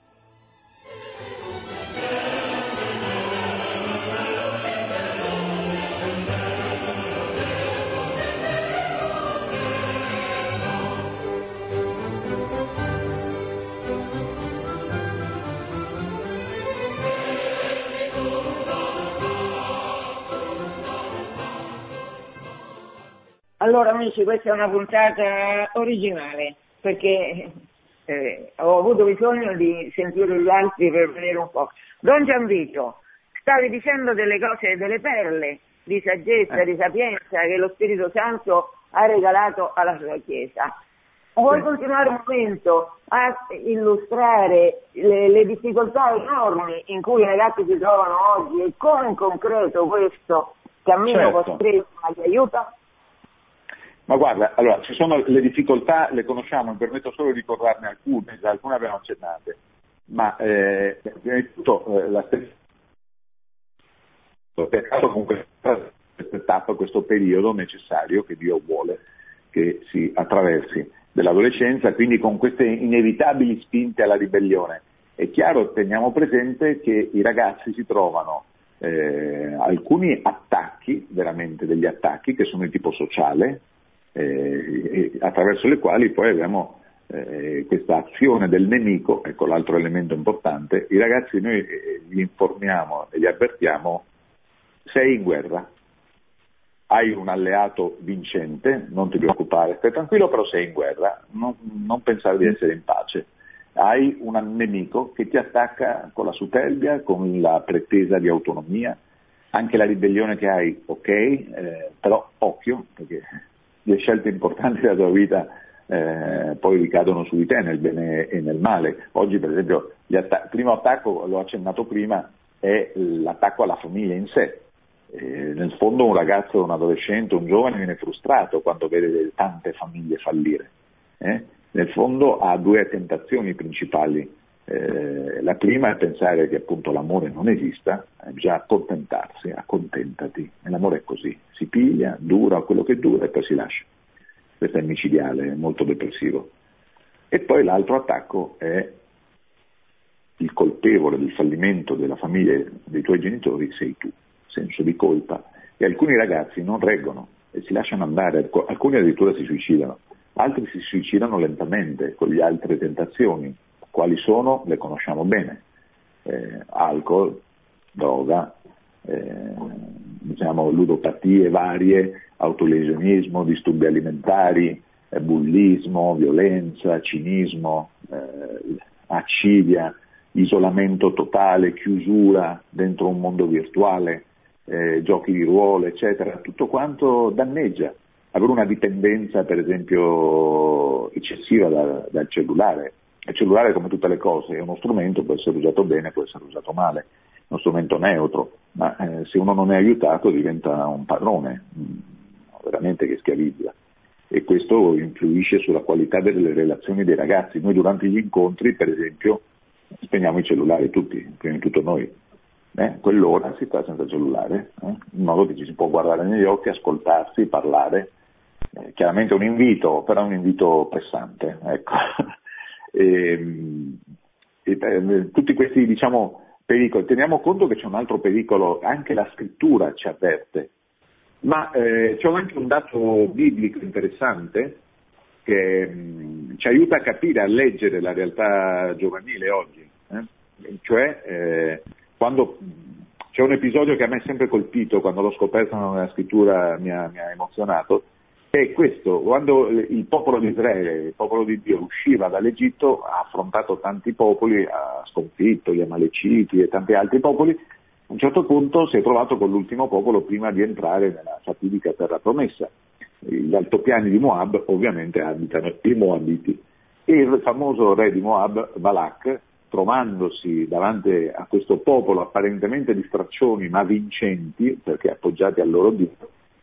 Allora amici, questa è una puntata originale, perché ho avuto bisogno di sentire gli altri per vedere un po'. Don Gianvito, stavi dicendo delle cose, delle perle di saggezza, di sapienza che lo Spirito Santo ha regalato alla sua Chiesa. Vuoi continuare un momento a illustrare le difficoltà enormi in cui i ragazzi si trovano oggi, e come in concreto questo cammino costretto li aiuta? Ma guarda, allora, ci sono le difficoltà, le conosciamo, mi permetto solo di ricordarne alcune abbiamo accennate, ma prima di tutto la stessa, comunque questa tappa, questo periodo necessario che Dio vuole che si attraversi dell'adolescenza, quindi con queste inevitabili spinte alla ribellione. È chiaro, teniamo presente che i ragazzi si trovano alcuni attacchi, veramente degli attacchi che sono di tipo sociale, attraverso le quali poi abbiamo questa azione del nemico. Ecco l'altro elemento importante: i ragazzi noi li informiamo e li avvertiamo: sei in guerra, hai un alleato vincente, non ti preoccupare, stai tranquillo, però sei in guerra, non pensare di essere in pace. Hai un nemico che ti attacca con la superbia, con la pretesa di autonomia, anche la ribellione che hai, però occhio, perché le scelte importanti della tua vita poi ricadono su di te, nel bene e nel male. Oggi per esempio il primo attacco, l'ho accennato prima, è l'attacco alla famiglia in sé. Nel fondo un ragazzo, un adolescente, un giovane viene frustrato quando vede tante famiglie fallire. Nel fondo ha due tentazioni principali. La prima è pensare che appunto l'amore non esista, bisogna accontentarsi, accontentati, e l'amore è così, si piglia, dura quello che dura e poi si lascia. Questo è micidiale, è molto depressivo. E poi l'altro attacco è il colpevole del fallimento della famiglia e dei tuoi genitori sei tu, senso di colpa, e alcuni ragazzi non reggono e si lasciano andare, alcuni addirittura si suicidano, altri si suicidano lentamente con le altre tentazioni. Quali sono? Le conosciamo bene: alcol, droga, ludopatie varie, autolesionismo, disturbi alimentari, bullismo, violenza, cinismo, accidia, isolamento totale, chiusura dentro un mondo virtuale, giochi di ruolo, eccetera. Tutto quanto danneggia. Avere una dipendenza, per esempio, eccessiva dal cellulare. Il cellulare, come tutte le cose, è uno strumento, può essere usato bene, può essere usato male, uno strumento neutro, ma se uno non è aiutato diventa un padrone, veramente che schiavizza. E questo influisce sulla qualità delle relazioni dei ragazzi. Noi durante gli incontri, per esempio, spegniamo i cellulari tutti, prima di tutto noi. Quell'ora si sta senza cellulare, in modo che ci si può guardare negli occhi, ascoltarsi, parlare. Chiaramente un invito, però un invito pressante. Ecco. Tutti questi, diciamo, pericoli. Teniamo conto che c'è un altro pericolo, anche la scrittura ci avverte. Ma c'è anche un dato biblico interessante che ci aiuta a capire, a leggere la realtà giovanile oggi. Cioè, quando c'è un episodio che a me è sempre colpito, quando l'ho scoperto nella scrittura mi ha emozionato, è questo: quando il popolo di Israele, il popolo di Dio, usciva dall'Egitto, ha affrontato tanti popoli, ha sconfitto gli Amaleciti e tanti altri popoli. A un certo punto si è trovato con l'ultimo popolo prima di entrare nella fatidica terra promessa. Gli altopiani di Moab ovviamente abitano i Moabiti, e il famoso re di Moab, Balak, trovandosi davanti a questo popolo apparentemente di straccioni ma vincenti, perché appoggiati al loro Dio,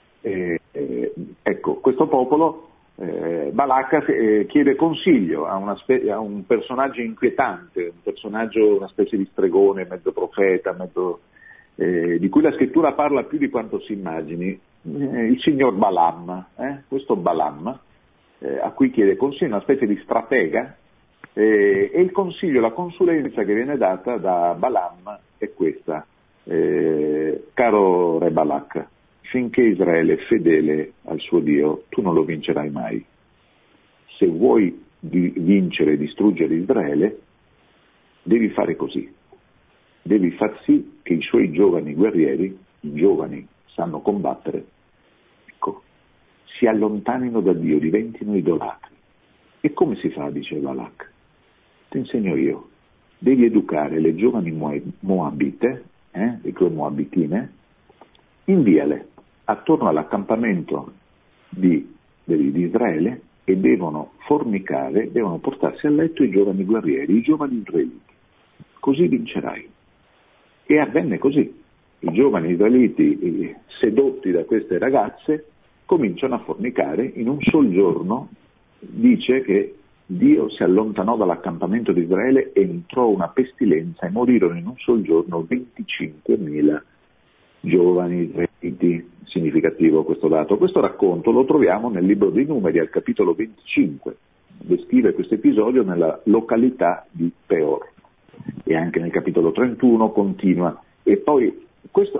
ecco, questo popolo, Balak chiede consiglio a un personaggio inquietante, un personaggio, una specie di stregone, mezzo profeta, di cui la scrittura parla più di quanto si immagini, il signor Balaam, questo Balaam, a cui chiede consiglio, una specie di stratega, e il consiglio, la consulenza che viene data da Balaam è questa: caro re Balak, finché Israele è fedele al suo Dio, tu non lo vincerai mai. Se vuoi vincere e distruggere Israele, devi fare così: devi far sì che i suoi giovani guerrieri, i giovani sanno combattere, ecco, si allontanino da Dio, diventino idolatri. E come si fa, dice Balak? Ti insegno io. Devi educare le giovani moabite, le tue moabitine, inviale attorno all'accampamento di Israele, e devono fornicare, devono portarsi a letto i giovani guerrieri, i giovani israeliti. Così vincerai. E avvenne così. I giovani israeliti, sedotti da queste ragazze, cominciano a fornicare. In un sol giorno dice che Dio si allontanò dall'accampamento di Israele, entrò una pestilenza e morirono in un sol giorno 25.000 giovani israeliti. Significativo questo dato. Questo racconto lo troviamo nel libro dei Numeri, al capitolo 25. Descrive questo episodio nella località di Peor. E anche nel capitolo 31 continua. E poi questo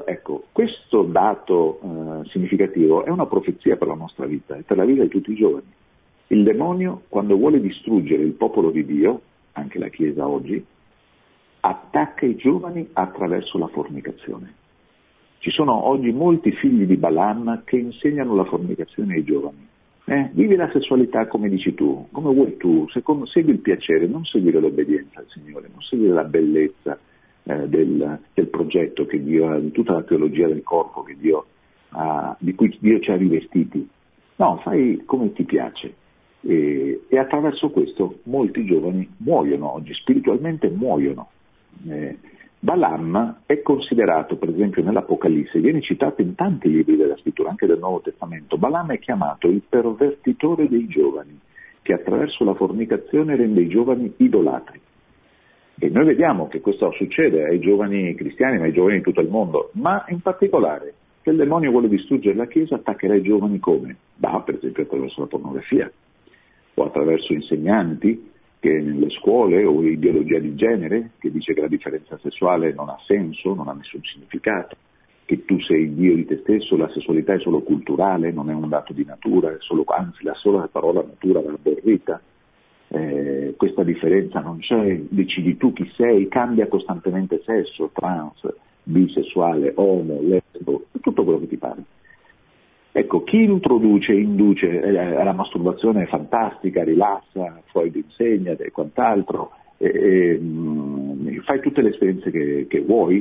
dato significativo è una profezia per la nostra vita e per la vita di tutti i giovani. Il demonio, quando vuole distruggere il popolo di Dio, anche la Chiesa oggi, attacca i giovani attraverso la fornicazione. Ci sono oggi molti figli di Balaam che insegnano la fornicazione ai giovani. Vivi la sessualità come dici tu, come vuoi tu, segui il piacere, non seguire l'obbedienza al Signore, non seguire la bellezza del progetto che Dio ha, di tutta la teologia del corpo che Dio ha, di cui Dio ci ha rivestiti. No, fai come ti piace. E attraverso questo molti giovani muoiono oggi, spiritualmente muoiono. Balaam è considerato, per esempio nell'Apocalisse, viene citato in tanti libri della scrittura, anche del Nuovo Testamento. Balaam è chiamato il pervertitore dei giovani, che attraverso la fornicazione rende i giovani idolatri. E noi vediamo che questo succede ai giovani cristiani, ma ai giovani di tutto il mondo, ma in particolare, se il demonio vuole distruggere la Chiesa, attaccherà i giovani come? Per esempio attraverso la pornografia, o attraverso insegnanti che nelle scuole, o ideologia di genere, che dice che la differenza sessuale non ha senso, non ha nessun significato, che tu sei Dio di te stesso, la sessualità è solo culturale, non è un dato di natura, anzi la sola parola natura va aborrita, questa differenza non c'è, decidi tu chi sei, cambia costantemente sesso, trans, bisessuale, omo, lesbo, tutto quello che ti pare. Ecco, chi induce alla masturbazione fantastica, rilassa, Freud insegna e quant'altro, fai tutte le esperienze che vuoi,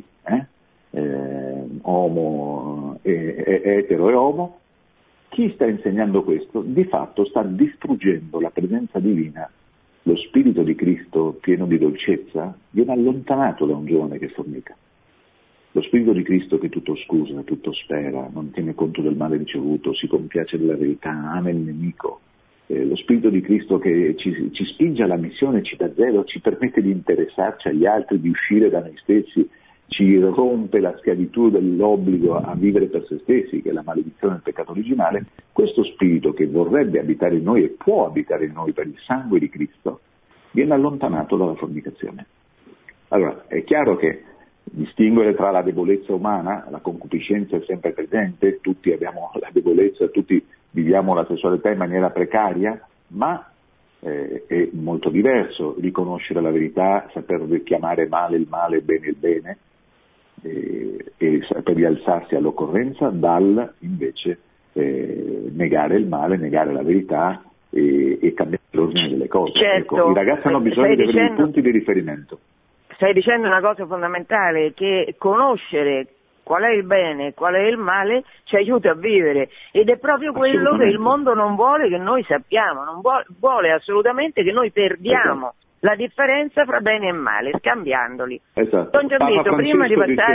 omo, etero e homo. Chi sta insegnando questo di fatto sta distruggendo la presenza divina. Lo spirito di Cristo pieno di dolcezza viene allontanato da un giovane che fornica. Lo spirito di Cristo che tutto scusa, tutto spera, non tiene conto del male ricevuto, si compiace della verità, ama il nemico. Lo spirito di Cristo che ci spinge alla missione, ci dà zelo, ci permette di interessarci agli altri, di uscire da noi stessi, ci rompe la schiavitù dell'obbligo a vivere per se stessi, che è la maledizione del peccato originale. Questo spirito che vorrebbe abitare in noi e può abitare in noi per il sangue di Cristo, viene allontanato dalla fornicazione. Allora, è chiaro che distinguere tra la debolezza umana, la concupiscenza è sempre presente, tutti abbiamo la debolezza, tutti viviamo la sessualità in maniera precaria, ma è molto diverso riconoscere la verità, saper chiamare male il male, bene il bene, e saper rialzarsi all'occorrenza dal invece negare il male, negare la verità e cambiare l'ordine delle cose. Certo, ecco, i ragazzi hanno bisogno di avere dei punti di riferimento. Stai dicendo una cosa fondamentale, che conoscere qual è il bene e qual è il male ci aiuta a vivere, ed è proprio quello che il mondo non vuole che noi sappiamo, non vuole assolutamente che noi perdiamo la differenza fra bene e male, scambiandoli. Esatto. Don Gianvito, prima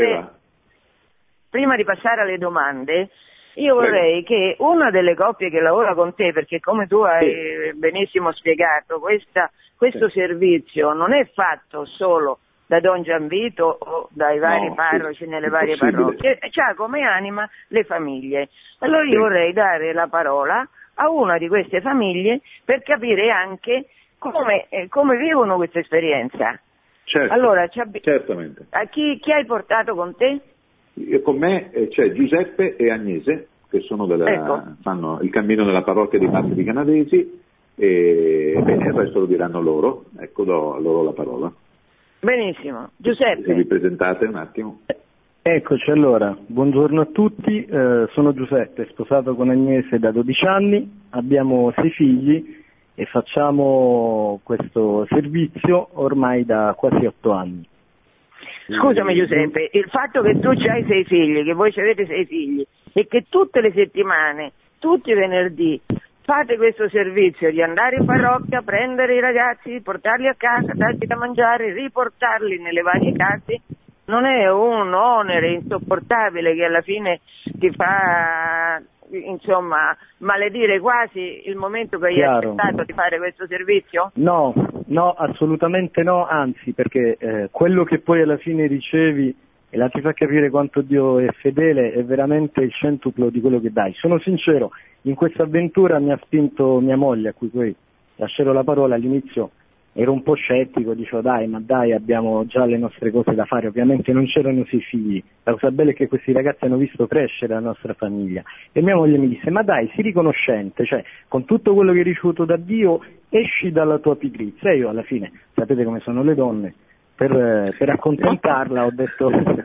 di passare alle domande, io vorrei che una delle coppie che lavora con te, perché come tu hai benissimo spiegato, questo servizio non è fatto solo da Don Gianvito o dai vari parroci nelle varie parrocchie, c'ha come anima le famiglie. Allora io vorrei dare la parola a una di queste famiglie per capire anche come vivono questa esperienza. Certo, allora, certamente. A chi hai portato con te? Con me c'è Giuseppe e Agnese, che sono fanno il cammino nella parrocchia dei Martiri Canadesi, e bene, il resto lo diranno loro. Ecco, do a loro la parola. Benissimo. Giuseppe. Se vi presentate un attimo. Eccoci, allora, buongiorno a tutti, sono Giuseppe, sposato con Agnese da 12 anni, abbiamo 6 figli e facciamo questo servizio ormai da quasi 8 anni. Scusami Giuseppe, il fatto che tu hai 6 figli, che voi avete 6 figli, e che tutte le settimane, tutti i venerdì, fate questo servizio di andare in parrocchia, prendere i ragazzi, portarli a casa, dargli da mangiare, riportarli nelle varie case, non è un onere insopportabile che alla fine ti fa, insomma, maledire quasi il momento che hai accettato di fare questo servizio? No, assolutamente no, anzi, perché quello che poi alla fine ricevi e la ti fa capire quanto Dio è fedele è veramente il centuplo di quello che dai. Sono sincero, in questa avventura mi ha spinto mia moglie, a cui poi lascerò la parola. All'inizio ero un po' scettico, dicevo dai, abbiamo già le nostre cose da fare, ovviamente non c'erano 6 figli, la cosa bella è che questi ragazzi hanno visto crescere la nostra famiglia, e mia moglie mi disse ma dai, sii riconoscente, cioè con tutto quello che hai ricevuto da Dio esci dalla tua pigrizia. E io alla fine, sapete come sono le donne, per accontentarla ho detto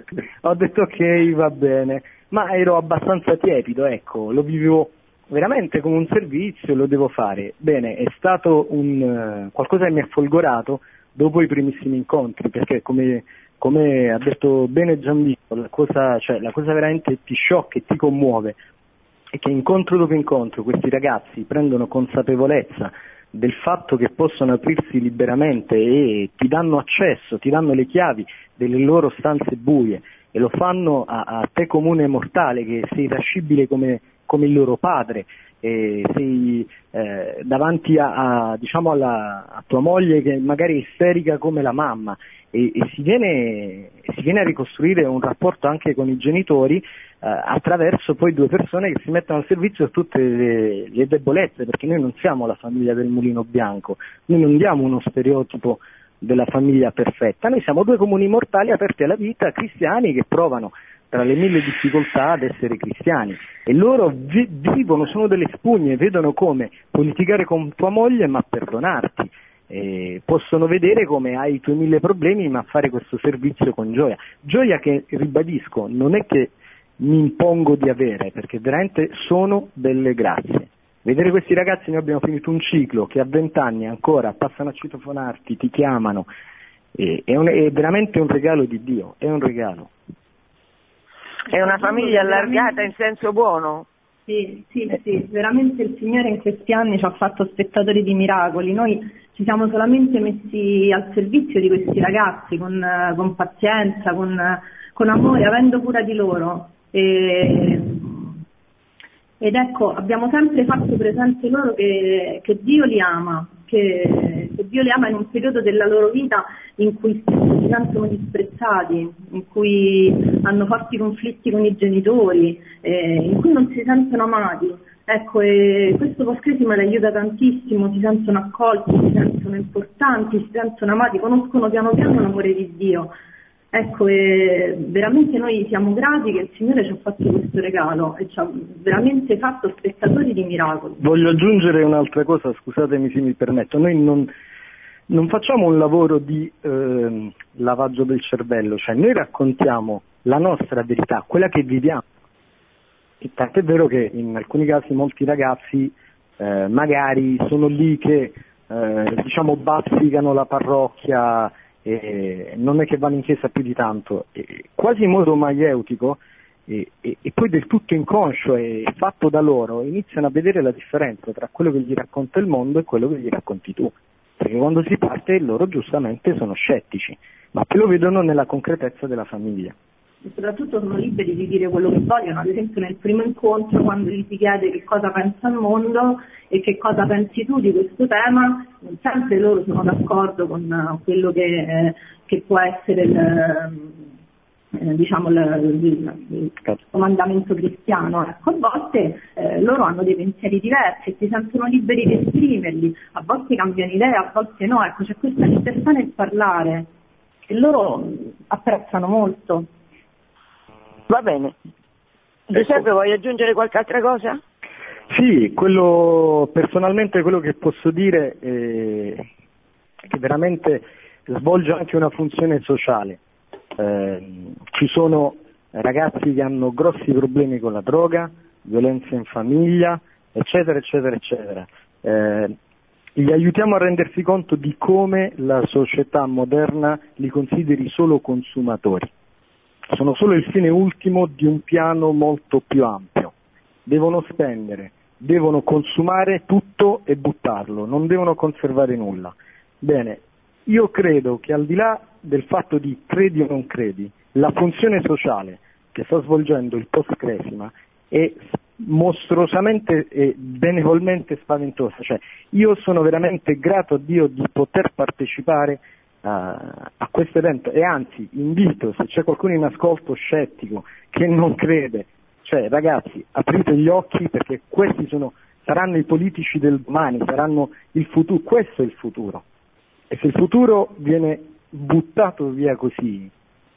ok, va bene, ma ero abbastanza tiepido, ecco, lo vivevo veramente come un servizio, lo devo fare. Bene, è stato qualcosa che mi ha folgorato dopo i primissimi incontri, perché come ha detto bene Gianvito, la cosa veramente ti sciocca e ti commuove è che incontro dopo incontro questi ragazzi prendono consapevolezza del fatto che possono aprirsi liberamente e ti danno accesso, ti danno le chiavi delle loro stanze buie, e lo fanno a te comune mortale che sei irascibile come il loro padre, sei davanti a tua moglie che magari è isterica come la mamma, e si viene a ricostruire un rapporto anche con i genitori attraverso poi 2 persone che si mettono al servizio di tutte le debolezze, perché noi non siamo la famiglia del mulino bianco, noi non diamo uno stereotipo della famiglia perfetta, noi siamo 2 comuni mortali aperti alla vita, cristiani che provano tra le 1000 difficoltà ad essere cristiani, e loro vivono, sono delle spugne, vedono come puoi litigare con tua moglie ma perdonarti, possono vedere come hai i tuoi 1000 problemi ma fare questo servizio con gioia che, ribadisco, non è che mi impongo di avere, perché veramente sono delle grazie. Vedere questi ragazzi, noi abbiamo finito un ciclo che a 20 anni ancora passano a citofonarti, ti chiamano, è veramente un regalo di Dio, è un regalo. È una famiglia allargata in senso buono? Sì, veramente il Signore in questi anni ci ha fatto spettatori di miracoli. Noi ci siamo solamente messi al servizio di questi ragazzi con pazienza, con amore, avendo cura di loro. Ed ecco, abbiamo sempre fatto presente loro che Dio li ama, che Dio li ama in un periodo della loro vita in cui si sentono disprezzati, in cui hanno forti conflitti con i genitori, in cui non si sentono amati. Ecco, e questo post-crisima li aiuta tantissimo, si sentono accolti, si sentono importanti, si sentono amati, conoscono piano piano l'amore di Dio. Ecco, e veramente noi siamo grati che il Signore ci ha fatto questo regalo e ci ha veramente fatto spettatori di miracoli. Voglio aggiungere un'altra cosa, scusatemi se mi permetto, noi non facciamo un lavoro di lavaggio del cervello, cioè noi raccontiamo la nostra verità, quella che viviamo. E tant'è vero che in alcuni casi molti ragazzi magari sono lì che bazzicano la parrocchia, non è che vanno in chiesa più di tanto, quasi in modo maieutico e poi del tutto inconscio e fatto da loro, iniziano a vedere la differenza tra quello che gli racconta il mondo e quello che gli racconti tu, perché quando si parte loro giustamente sono scettici, ma poi lo vedono nella concretezza della famiglia. E soprattutto sono liberi di dire quello che vogliono, ad esempio nel primo incontro quando gli si chiede che cosa pensa il mondo e che cosa pensi tu di questo tema, non sempre loro sono d'accordo con quello che può essere il comandamento cristiano. Ecco, a volte loro hanno dei pensieri diversi e si sentono liberi di esprimerli, a volte cambiano idea, a volte no, ecco, c'è questa libertà nel parlare che loro apprezzano molto. Va bene. Giuseppe, vuoi aggiungere qualche altra cosa? Sì, personalmente quello che posso dire è che veramente svolge anche una funzione sociale. Ci sono ragazzi che hanno grossi problemi con la droga, violenza in famiglia, eccetera, eccetera, eccetera. Li aiutiamo a rendersi conto di come la società moderna li consideri solo consumatori. Sono solo il fine ultimo di un piano molto più ampio. Devono spendere, devono consumare tutto e buttarlo, non devono conservare nulla. Bene, io credo che al di là del fatto di credi o non credi, la funzione sociale che sta svolgendo il post-cresima è mostruosamente e benevolmente spaventosa. Cioè, io sono veramente grato a Dio di poter partecipare a questo evento e anzi invito, se c'è qualcuno in ascolto scettico che non crede, cioè ragazzi, aprite gli occhi perché questi saranno i politici del domani, saranno il futuro, questo è il futuro, e se il futuro viene buttato via così,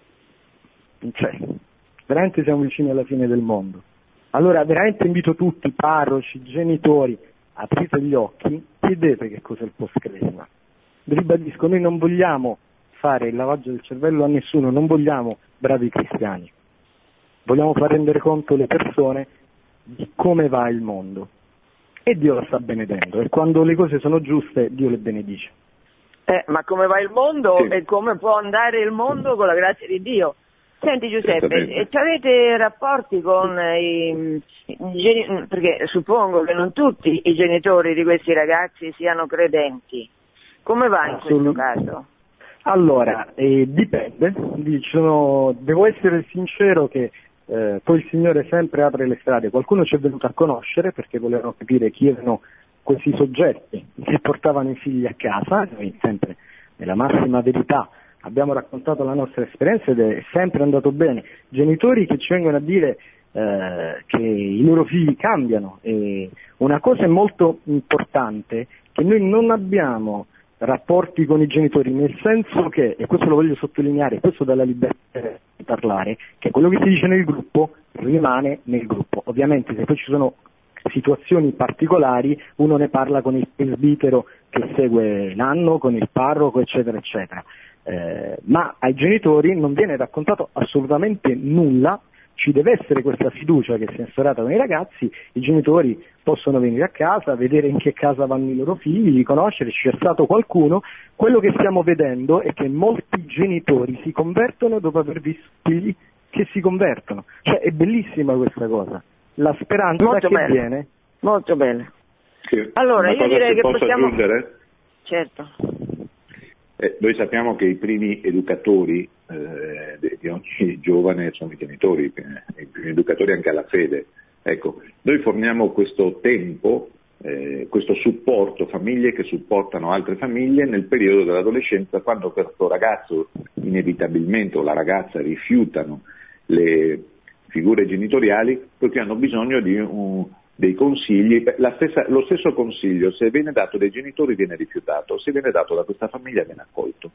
cioè veramente siamo vicini alla fine del mondo. Allora veramente invito tutti, parroci, genitori, aprite gli occhi, chiedete che cos'è il post-cresima. Ribadisco, noi non vogliamo fare il lavaggio del cervello a nessuno, non vogliamo bravi cristiani, vogliamo far rendere conto le persone di come va il mondo e Dio la sta benedendo e quando le cose sono giuste Dio le benedice. Ma come va il mondo Sì. e come può andare il mondo con la grazia di Dio? Senti Giuseppe, avete rapporti con perché suppongo che non tutti i genitori di questi ragazzi siano credenti. Come va in questo caso? Allora, dipende, devo essere sincero che poi il Signore sempre apre le strade, qualcuno ci è venuto a conoscere perché volevano capire chi erano questi soggetti che portavano i figli a casa, noi sempre nella massima verità abbiamo raccontato la nostra esperienza ed è sempre andato bene, genitori che ci vengono a dire che i loro figli cambiano e una cosa è molto importante, che noi non abbiamo rapporti con i genitori, nel senso che, e questo lo voglio sottolineare, questo dà la libertà di parlare, che quello che si dice nel gruppo rimane nel gruppo. Ovviamente se poi ci sono situazioni particolari uno ne parla con il presbitero che segue l'anno, con il parroco, eccetera, eccetera. Ma ai genitori non viene raccontato assolutamente nulla ci deve essere questa fiducia che si è instaurata con i ragazzi, i genitori possono venire a casa, vedere in che casa vanno i loro figli, conoscerci, c'è stato qualcuno. Quello che stiamo vedendo è che molti genitori si convertono dopo aver visto figli che si convertono, cioè è bellissima questa cosa, la speranza molto che bene. viene. Molto bene. Sì. Allora, io direi che posso possiamo... aggiungere? Certo. Noi sappiamo che i primi educatori di ogni giovane sono i genitori, i primi educatori anche alla fede. Ecco, noi forniamo questo tempo, questo supporto, famiglie che supportano altre famiglie nel periodo dell'adolescenza, quando questo ragazzo inevitabilmente o la ragazza rifiutano le figure genitoriali perché hanno bisogno di dei consigli. Lo stesso consiglio, se viene dato dai genitori viene rifiutato, se viene dato da questa famiglia viene accolto.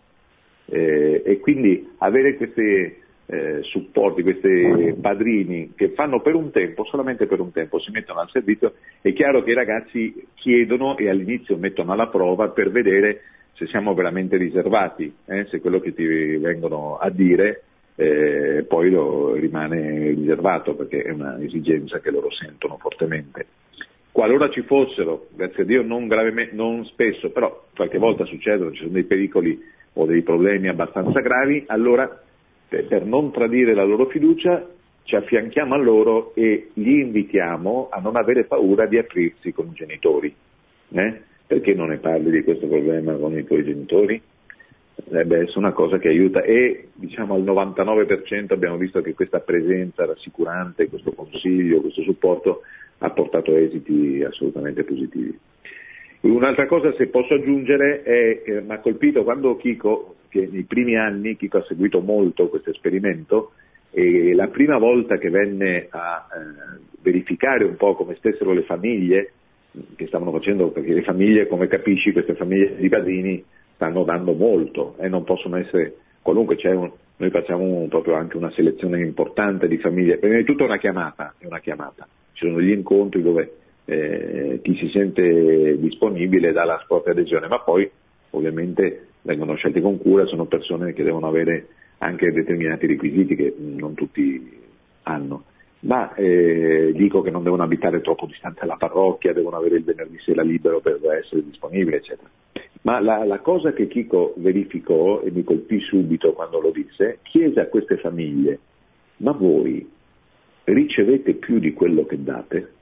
E quindi avere questi supporti, questi padrini che fanno per un tempo, solamente per un tempo, si mettono al servizio, è chiaro che i ragazzi chiedono e all'inizio mettono alla prova per vedere se siamo veramente riservati, se quello che ti vengono a dire poi rimane riservato, perché è una esigenza che loro sentono fortemente. Qualora ci fossero, grazie a Dio non gravemente, non spesso, però qualche volta succedono, ci sono dei pericoli o dei problemi abbastanza gravi, allora per non tradire la loro fiducia ci affianchiamo a loro e li invitiamo a non avere paura di aprirsi con i genitori. Perché non ne parli di questo problema con i tuoi genitori? Deve essere una cosa che aiuta, e diciamo al 99% abbiamo visto che questa presenza rassicurante, questo consiglio, questo supporto ha portato esiti assolutamente positivi. Un'altra cosa, se posso aggiungere, è che mi ha colpito quando Chico, che nei primi anni Chico ha seguito molto questo esperimento, e la prima volta che venne a verificare un po' come stessero le famiglie che stavano facendo, perché le famiglie, come capisci, queste famiglie di padrini stanno dando molto e non possono essere qualunque, noi facciamo proprio anche una selezione importante di famiglie. Prima di tutto è una chiamata, ci sono degli incontri dove chi si sente disponibile dà la propria adesione, ma poi ovviamente vengono scelti con cura, sono persone che devono avere anche determinati requisiti che non tutti hanno, ma dico che non devono abitare troppo distante dalla parrocchia, devono avere il venerdì sera libero per essere disponibili, eccetera. Ma la cosa che Chico verificò, e mi colpì subito quando lo disse, chiese a queste famiglie: ma voi ricevete più di quello che date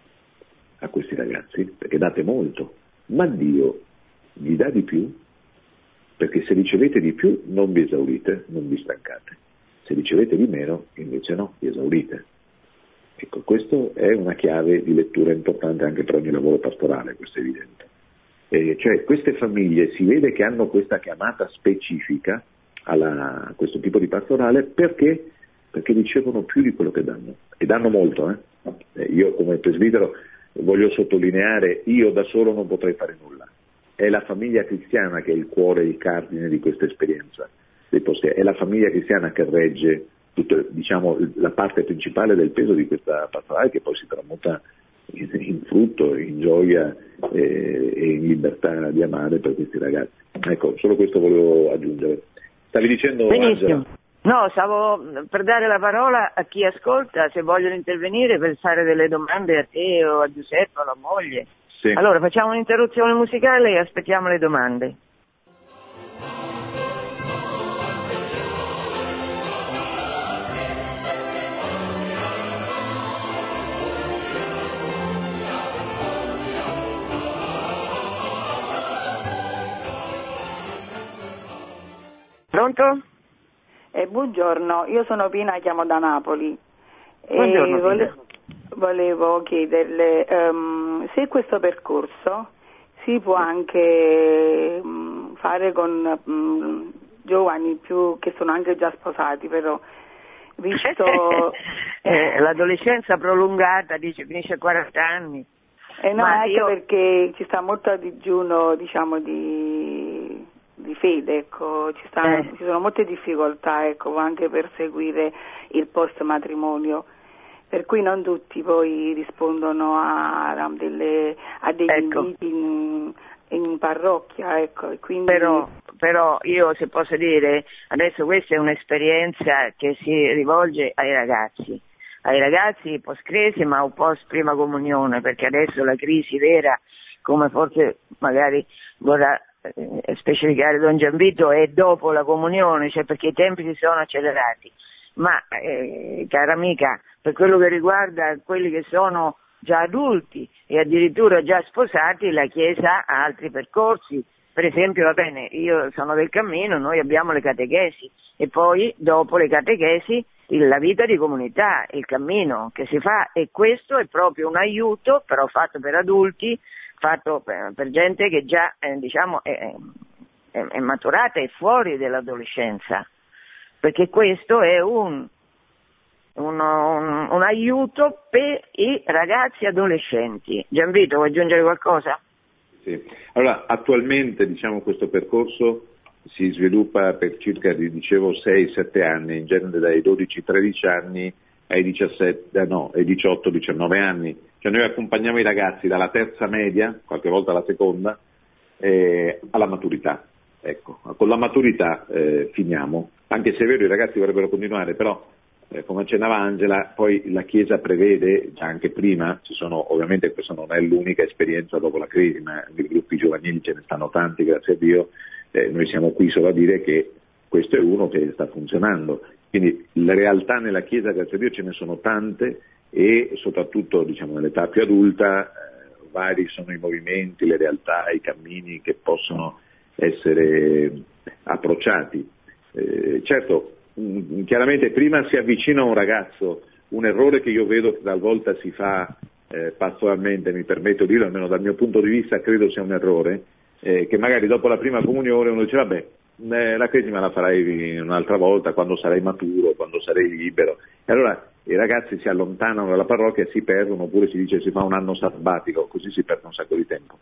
a questi ragazzi? Perché date molto, ma Dio vi dà di più? Perché se ricevete di più non vi esaurite, non vi stancate, se ricevete di meno invece no, vi esaurite. Ecco, questo è una chiave di lettura importante anche per ogni lavoro pastorale, questo è evidente. Cioè queste famiglie si vede che hanno questa chiamata specifica a questo tipo di pastorale perché ricevono più di quello che danno, e danno molto. Io come presbitero voglio sottolineare, io da solo non potrei fare nulla, è la famiglia cristiana che è il cuore, il cardine di questa esperienza, è la famiglia cristiana che regge tutto, diciamo, la parte principale del peso di questa pastorale, che poi si tramuta in frutto, in gioia e in libertà di amare per questi ragazzi. Ecco, solo questo volevo aggiungere. Stavi dicendo, benissimo. Angela? No, stavo per dare la parola a chi ascolta, se vogliono intervenire per fare delle domande a te o a Giuseppe o alla moglie. Sì. Allora facciamo un'interruzione musicale e aspettiamo le domande. Pronto? Buongiorno, io sono Pina, chiamo da Napoli. Buongiorno, Pina. Volevo chiederle se questo percorso si può anche fare con giovani più che sono anche già sposati, però visto l'adolescenza prolungata, dice, finisce a 40 anni. No, anche perché ci sta molto a digiuno, diciamo, di fede, ecco, ci sono molte difficoltà, ecco, anche per seguire il post matrimonio, per cui non tutti poi rispondono a degli inviti in parrocchia, ecco, e quindi... Però io, se posso dire, adesso questa è un'esperienza che si rivolge ai ragazzi, ai ragazzi post-cresima o post-prima comunione, perché adesso la crisi vera, come forse magari vorrà specificare Don Gianvito, è dopo la comunione, cioè perché i tempi si sono accelerati. Ma, cara amica, per quello che riguarda quelli che sono già adulti e addirittura già sposati, la Chiesa ha altri percorsi. Per esempio, va bene, io sono del cammino, noi abbiamo le catechesi e poi dopo le catechesi la vita di comunità, il cammino che si fa, e questo è proprio un aiuto, però fatto per adulti, fatto per gente che già diciamo è maturata e fuori dell'adolescenza, perché questo è un aiuto per i ragazzi adolescenti. Gianvito, vuoi aggiungere qualcosa? Sì. Allora, attualmente questo percorso si sviluppa per circa, dicevo, 6-7 anni, in genere dai 12-13 anni ai 18-19 anni. Cioè noi accompagniamo i ragazzi dalla terza media, qualche volta alla seconda, alla maturità. Ecco, con la maturità finiamo, anche se è vero i ragazzi vorrebbero continuare, però come accennava Angela, poi la Chiesa prevede, già anche prima, ovviamente questa non è l'unica esperienza dopo la crisi, ma nei gruppi giovanili ce ne stanno tanti, grazie a Dio, noi siamo qui solo a dire che questo è uno che sta funzionando. Quindi le realtà nella Chiesa, grazie a Dio, ce ne sono tante, e soprattutto nell'età più adulta vari sono i movimenti, le realtà, i cammini che possono essere approcciati. Certo, chiaramente prima si avvicina a un ragazzo, un errore che io vedo che talvolta si fa pastoralmente, mi permetto di dirlo, almeno dal mio punto di vista credo sia un errore, che magari dopo la prima comunione uno dice vabbè, la cresima la farai un'altra volta, quando sarai maturo, quando sarai libero, e allora i ragazzi si allontanano dalla parrocchia, si perdono, oppure si dice si fa un anno sabbatico, così si perde un sacco di tempo.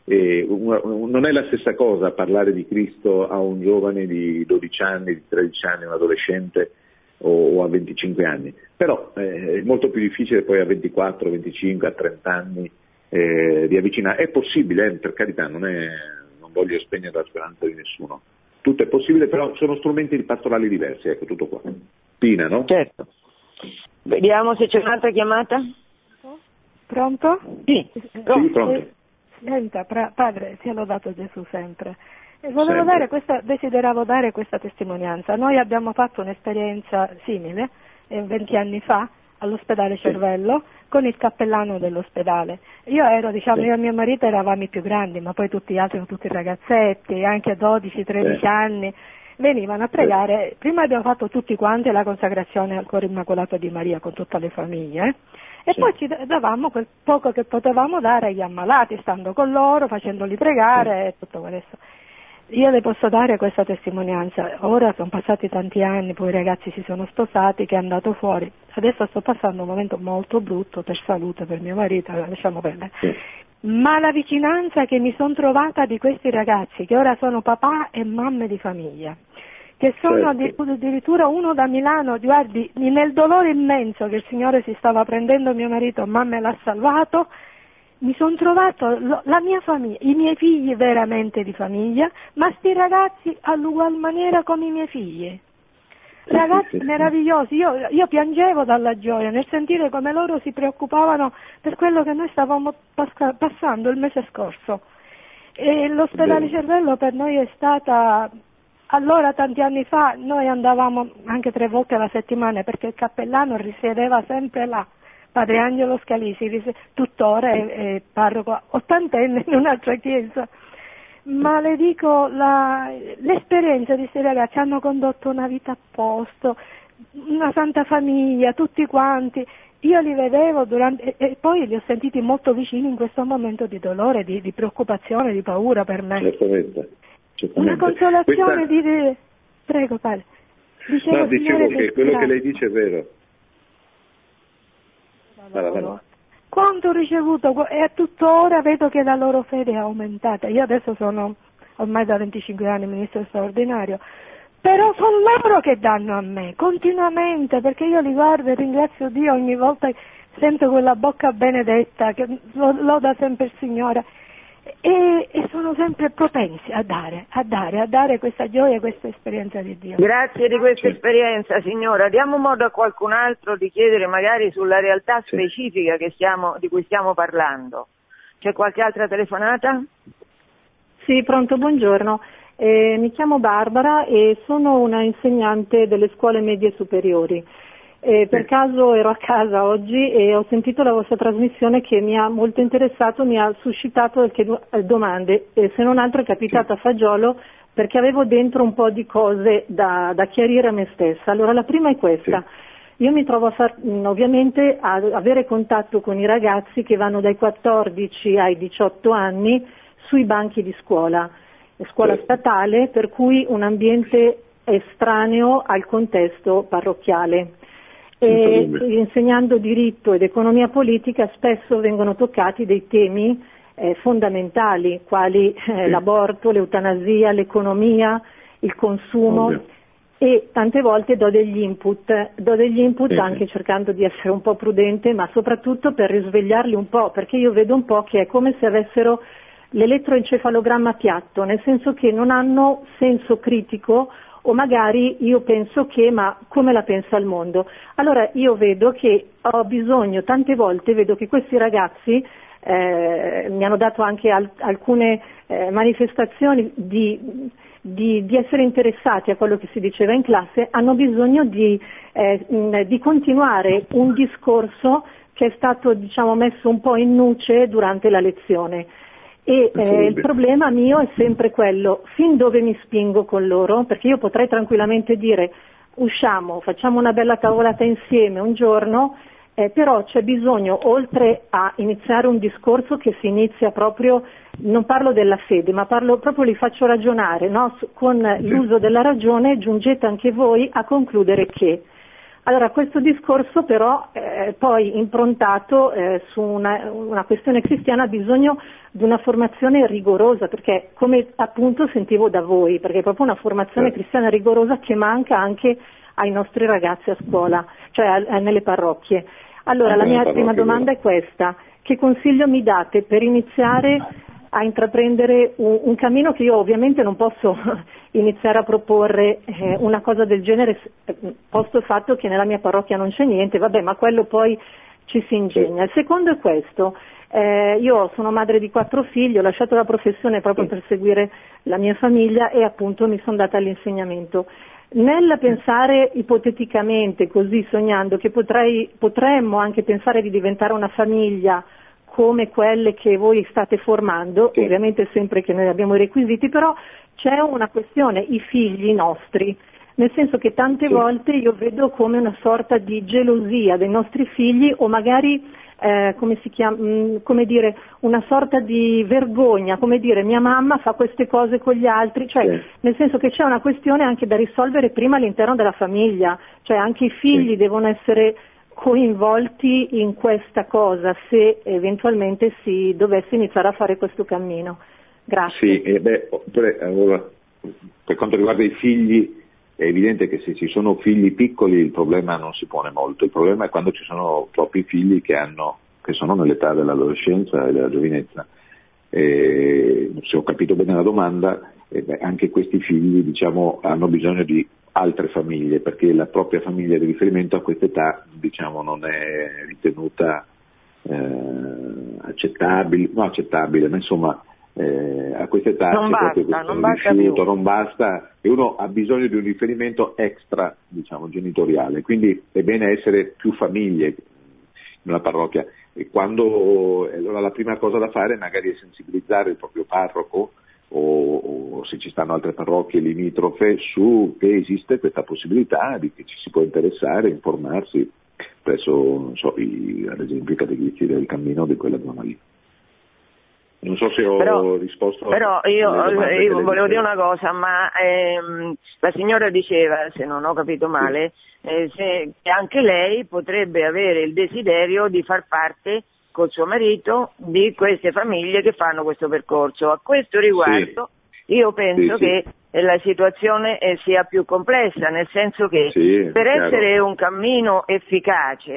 Non è la stessa cosa parlare di Cristo a un giovane di 12 anni, di 13 anni, un adolescente o a 25 anni, però è molto più difficile poi a 24, 25, a 30 anni riavvicinare. È possibile, per carità, non voglio spegnere la speranza di nessuno, tutto è possibile, però sono strumenti pastorali diversi, ecco, tutto qua. Pina, no? Certo. Vediamo se c'è un'altra chiamata. Pronto? Sì, pronto. Senta, padre, sia lodato Gesù sempre. Desideravo dare questa testimonianza. Noi abbiamo fatto un'esperienza simile 20 anni fa all'ospedale Cervello con il cappellano dell'ospedale. Io e mio marito eravamo i più grandi, ma poi tutti gli altri, tutti ragazzetti, anche 12-13 anni, venivano a pregare. Prima abbiamo fatto tutti quanti la consacrazione al Cuore Immacolato di Maria con tutte le famiglie. E poi ci davamo quel poco che potevamo dare agli ammalati, stando con loro, facendoli pregare e tutto questo. Io le posso dare questa testimonianza. Ora sono passati tanti anni, poi i ragazzi si sono sposati, che è andato fuori. Adesso sto passando un momento molto brutto per salute, per mio marito, lasciamo perdere. Ma la vicinanza che mi sono trovata di questi ragazzi, che ora sono papà e mamme di famiglia, che sono addirittura uno da Milano, guardi, nel dolore immenso che il Signore si stava prendendo mio marito, ma me l'ha salvato, mi sono trovato la mia famiglia, i miei figli veramente di famiglia, ma sti ragazzi all'ugual maniera come i miei figli. Ragazzi meravigliosi, io piangevo dalla gioia nel sentire come loro si preoccupavano per quello che noi stavamo passando il mese scorso. E l'ospedale Cervello per noi è stata... Allora, tanti anni fa, noi andavamo anche 3 volte alla settimana perché il cappellano risiedeva sempre là, padre Angelo Scalisi, tuttora è parroco ottantenne in un'altra chiesa. Ma le dico, l'esperienza di questi ragazzi hanno condotto una vita a posto, una santa famiglia, tutti quanti. Io li vedevo e poi li ho sentiti molto vicini in questo momento di dolore, di preoccupazione, di paura per me. Certamente. Una consolazione di... Prego, padre. Dicevo che quello che lei dice è vero. Quanto ho ricevuto e a tuttora vedo che la loro fede è aumentata. Io adesso sono ormai da 25 anni ministro straordinario, però sono loro che danno a me continuamente, perché io li guardo e ringrazio Dio ogni volta che sento quella bocca benedetta che loda sempre il Signore. e sono sempre propensi a dare questa gioia, questa esperienza di Dio. Grazie di questa esperienza, signora. Diamo modo a qualcun altro di chiedere magari sulla realtà specifica di cui stiamo parlando. C'è qualche altra telefonata? Sì, pronto, buongiorno. Mi chiamo Barbara e sono una insegnante delle scuole medie superiori. Per caso ero a casa oggi e ho sentito la vostra trasmissione che mi ha molto interessato, mi ha suscitato qualche domande, se non altro è capitata a fagiolo perché avevo dentro un po' di cose da chiarire a me stessa. Allora la prima è questa. Io mi trovo ovviamente a avere contatto con i ragazzi che vanno dai 14 ai 18 anni sui banchi di scuola statale, per cui un ambiente estraneo al contesto parrocchiale. E insegnando diritto ed economia politica spesso vengono toccati dei temi fondamentali quali l'aborto, l'eutanasia, l'economia, il consumo e tante volte do degli input anche cercando di essere un po' prudente, ma soprattutto per risvegliarli un po', perché io vedo un po' che è come se avessero l'elettroencefalogramma piatto, nel senso che non hanno senso critico, o magari io penso che, ma come la pensa il mondo? Allora io vedo che ho bisogno, tante volte vedo che questi ragazzi mi hanno dato anche alcune manifestazioni di essere interessati a quello che si diceva in classe, hanno bisogno di continuare un discorso che è stato messo un po' in nuce durante la lezione. E il problema mio è sempre quello, fin dove mi spingo con loro, perché io potrei tranquillamente dire usciamo, facciamo una bella tavolata insieme un giorno, però c'è bisogno, oltre a iniziare un discorso che si inizia proprio, non parlo della fede, ma parlo proprio, li faccio ragionare, no? Con l'uso della ragione giungete anche voi a concludere che. Allora questo discorso però poi improntato su una questione cristiana ha bisogno di una formazione rigorosa, perché come appunto sentivo da voi, perché è proprio una formazione cristiana rigorosa che manca anche ai nostri ragazzi a scuola, cioè nelle parrocchie. Allora la mia prima domanda è questa: che consiglio mi date per iniziare a intraprendere un cammino che io ovviamente non posso iniziare a proporre una cosa del genere, posto il fatto che nella mia parrocchia non c'è niente, vabbè, ma quello poi ci si ingegna. Il secondo è questo: io sono madre di 4 figli, ho lasciato la professione proprio per seguire la mia famiglia e appunto mi sono data all'insegnamento. Nel pensare ipoteticamente, così sognando, che potremmo anche pensare di diventare una famiglia come quelle che voi state formando, ovviamente sempre che noi abbiamo i requisiti, però c'è una questione, i figli nostri, nel senso che tante volte io vedo come una sorta di gelosia dei nostri figli o magari come dire, una sorta di vergogna, come dire mia mamma fa queste cose con gli altri, cioè nel senso che c'è una questione anche da risolvere prima all'interno della famiglia, cioè anche i figli devono essere coinvolti in questa cosa se eventualmente si dovesse iniziare a fare questo cammino. Grazie. Allora, per quanto riguarda i figli, è evidente che se ci sono figli piccoli il problema non si pone molto, il problema è quando ci sono troppi figli che sono nell'età dell'adolescenza e della giovinezza. Se ho capito bene la domanda, anche questi figli hanno bisogno di altre famiglie, perché la propria famiglia di riferimento a quest'età non è ritenuta accettabile, ma insomma a quest'età non basta e uno ha bisogno di un riferimento extra genitoriale, quindi è bene essere più famiglie nella parrocchia e allora la prima cosa da fare magari è sensibilizzare il proprio parroco o se ci stanno altre parrocchie limitrofe su che esiste questa possibilità di che ci si può interessare, informarsi presso ad esempio i catechisti del cammino di quella zona lì. Non so se ho risposto. Però io volevo dire una cosa, ma la signora diceva, se non ho capito male, che anche lei potrebbe avere il desiderio di far parte col suo marito di queste famiglie che fanno questo percorso. A questo riguardo io penso che la situazione sia più complessa, nel senso che per essere un cammino efficace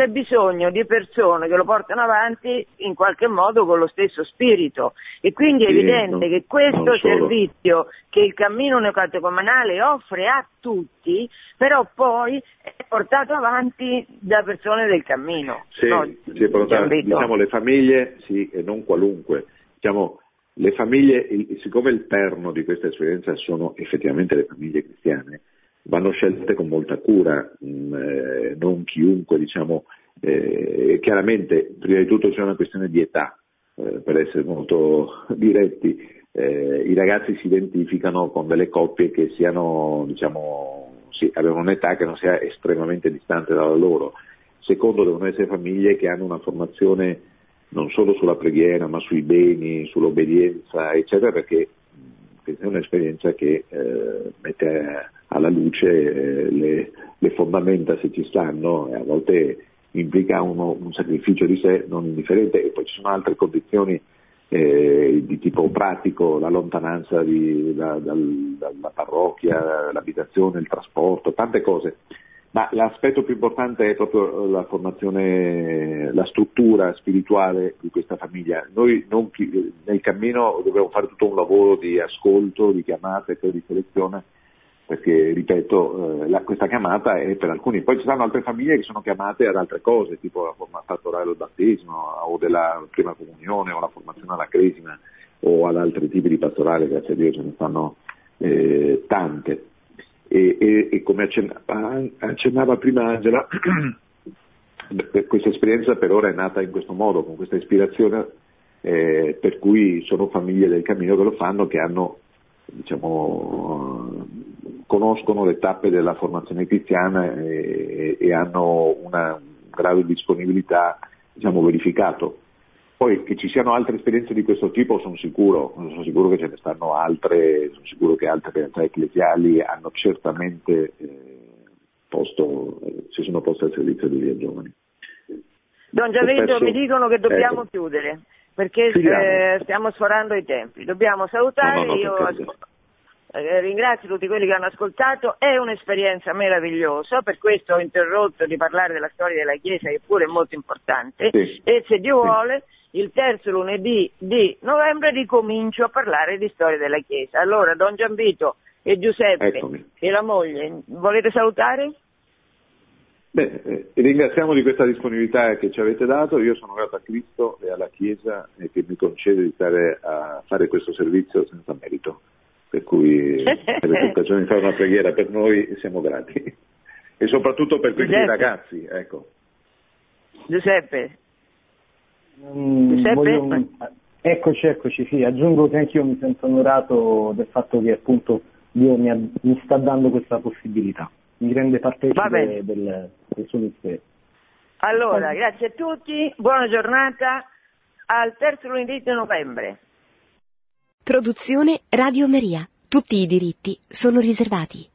c'è bisogno di persone che lo portano avanti in qualche modo con lo stesso spirito, e quindi è evidente che questo servizio che il cammino neocatecumenale offre a tutti, però poi è portato avanti da persone del cammino. Sì, si è portato, diciamo, le famiglie, sì, e non qualunque. Diciamo, le famiglie, siccome il perno di questa esperienza sono effettivamente le famiglie cristiane, vanno scelte con molta cura, non chiunque, diciamo, chiaramente prima di tutto c'è una questione di età, per essere molto diretti, i ragazzi si identificano con delle coppie che siano, diciamo, avevano un'età che non sia estremamente distante dalla loro. Secondo, devono essere famiglie che hanno una formazione non solo sulla preghiera, ma sui beni, sull'obbedienza, eccetera, perché è un'esperienza che mette alla luce le fondamenta, se ci stanno, e a volte implica un sacrificio di sé non indifferente, e poi ci sono altre condizioni di tipo pratico, la lontananza dalla parrocchia, l'abitazione, il trasporto, tante cose. Ma l'aspetto più importante è proprio la formazione, la struttura spirituale di questa famiglia. Noi nel cammino dobbiamo fare tutto un lavoro di ascolto, di chiamate, di selezione, perché, ripeto, questa chiamata è per alcuni. Poi ci saranno altre famiglie che sono chiamate ad altre cose, tipo la formazione pastorale del battesimo, o della prima comunione, o la formazione alla cresima, o ad altri tipi di pastorale, grazie a Dio ce ne stanno tante. E come accennava prima Angela, questa esperienza per ora è nata in questo modo, con questa ispirazione, per cui sono famiglie del cammino che lo fanno, che hanno, diciamo, conoscono le tappe della formazione cristiana e hanno un grado di disponibilità, diciamo, verificato. Poi che ci siano altre esperienze di questo tipo sono sicuro che ce ne stanno altre, sono sicuro che altre realtà ecclesiali hanno certamente si sono poste al servizio degli giovani. Don Gianvito, mi dicono che dobbiamo chiudere, perché stiamo sforando i tempi, dobbiamo salutare. Io ringrazio tutti quelli che hanno ascoltato, è un'esperienza meravigliosa, per questo ho interrotto di parlare della storia della Chiesa, che pure è molto importante, e se Dio vuole il terzo lunedì di novembre ricomincio a parlare di storia della Chiesa. Allora, Don Gianvito e Giuseppe e la moglie, volete salutare? Ringraziamo di questa disponibilità che ci avete dato. Io sono grato a Cristo e alla Chiesa che mi concede di stare a fare questo servizio senza merito, per cui se avete occasione di fare una preghiera per noi siamo grati, e soprattutto per questi ragazzi, ecco. Giuseppe. Eccoci, sì, aggiungo che anch'io mi sento onorato del fatto che appunto Dio mi sta dando questa possibilità, mi rende partecipe del suo mistero. Allora, grazie a tutti, buona giornata, al terzo lunedì di novembre. Produzione Radio Maria, tutti i diritti sono riservati.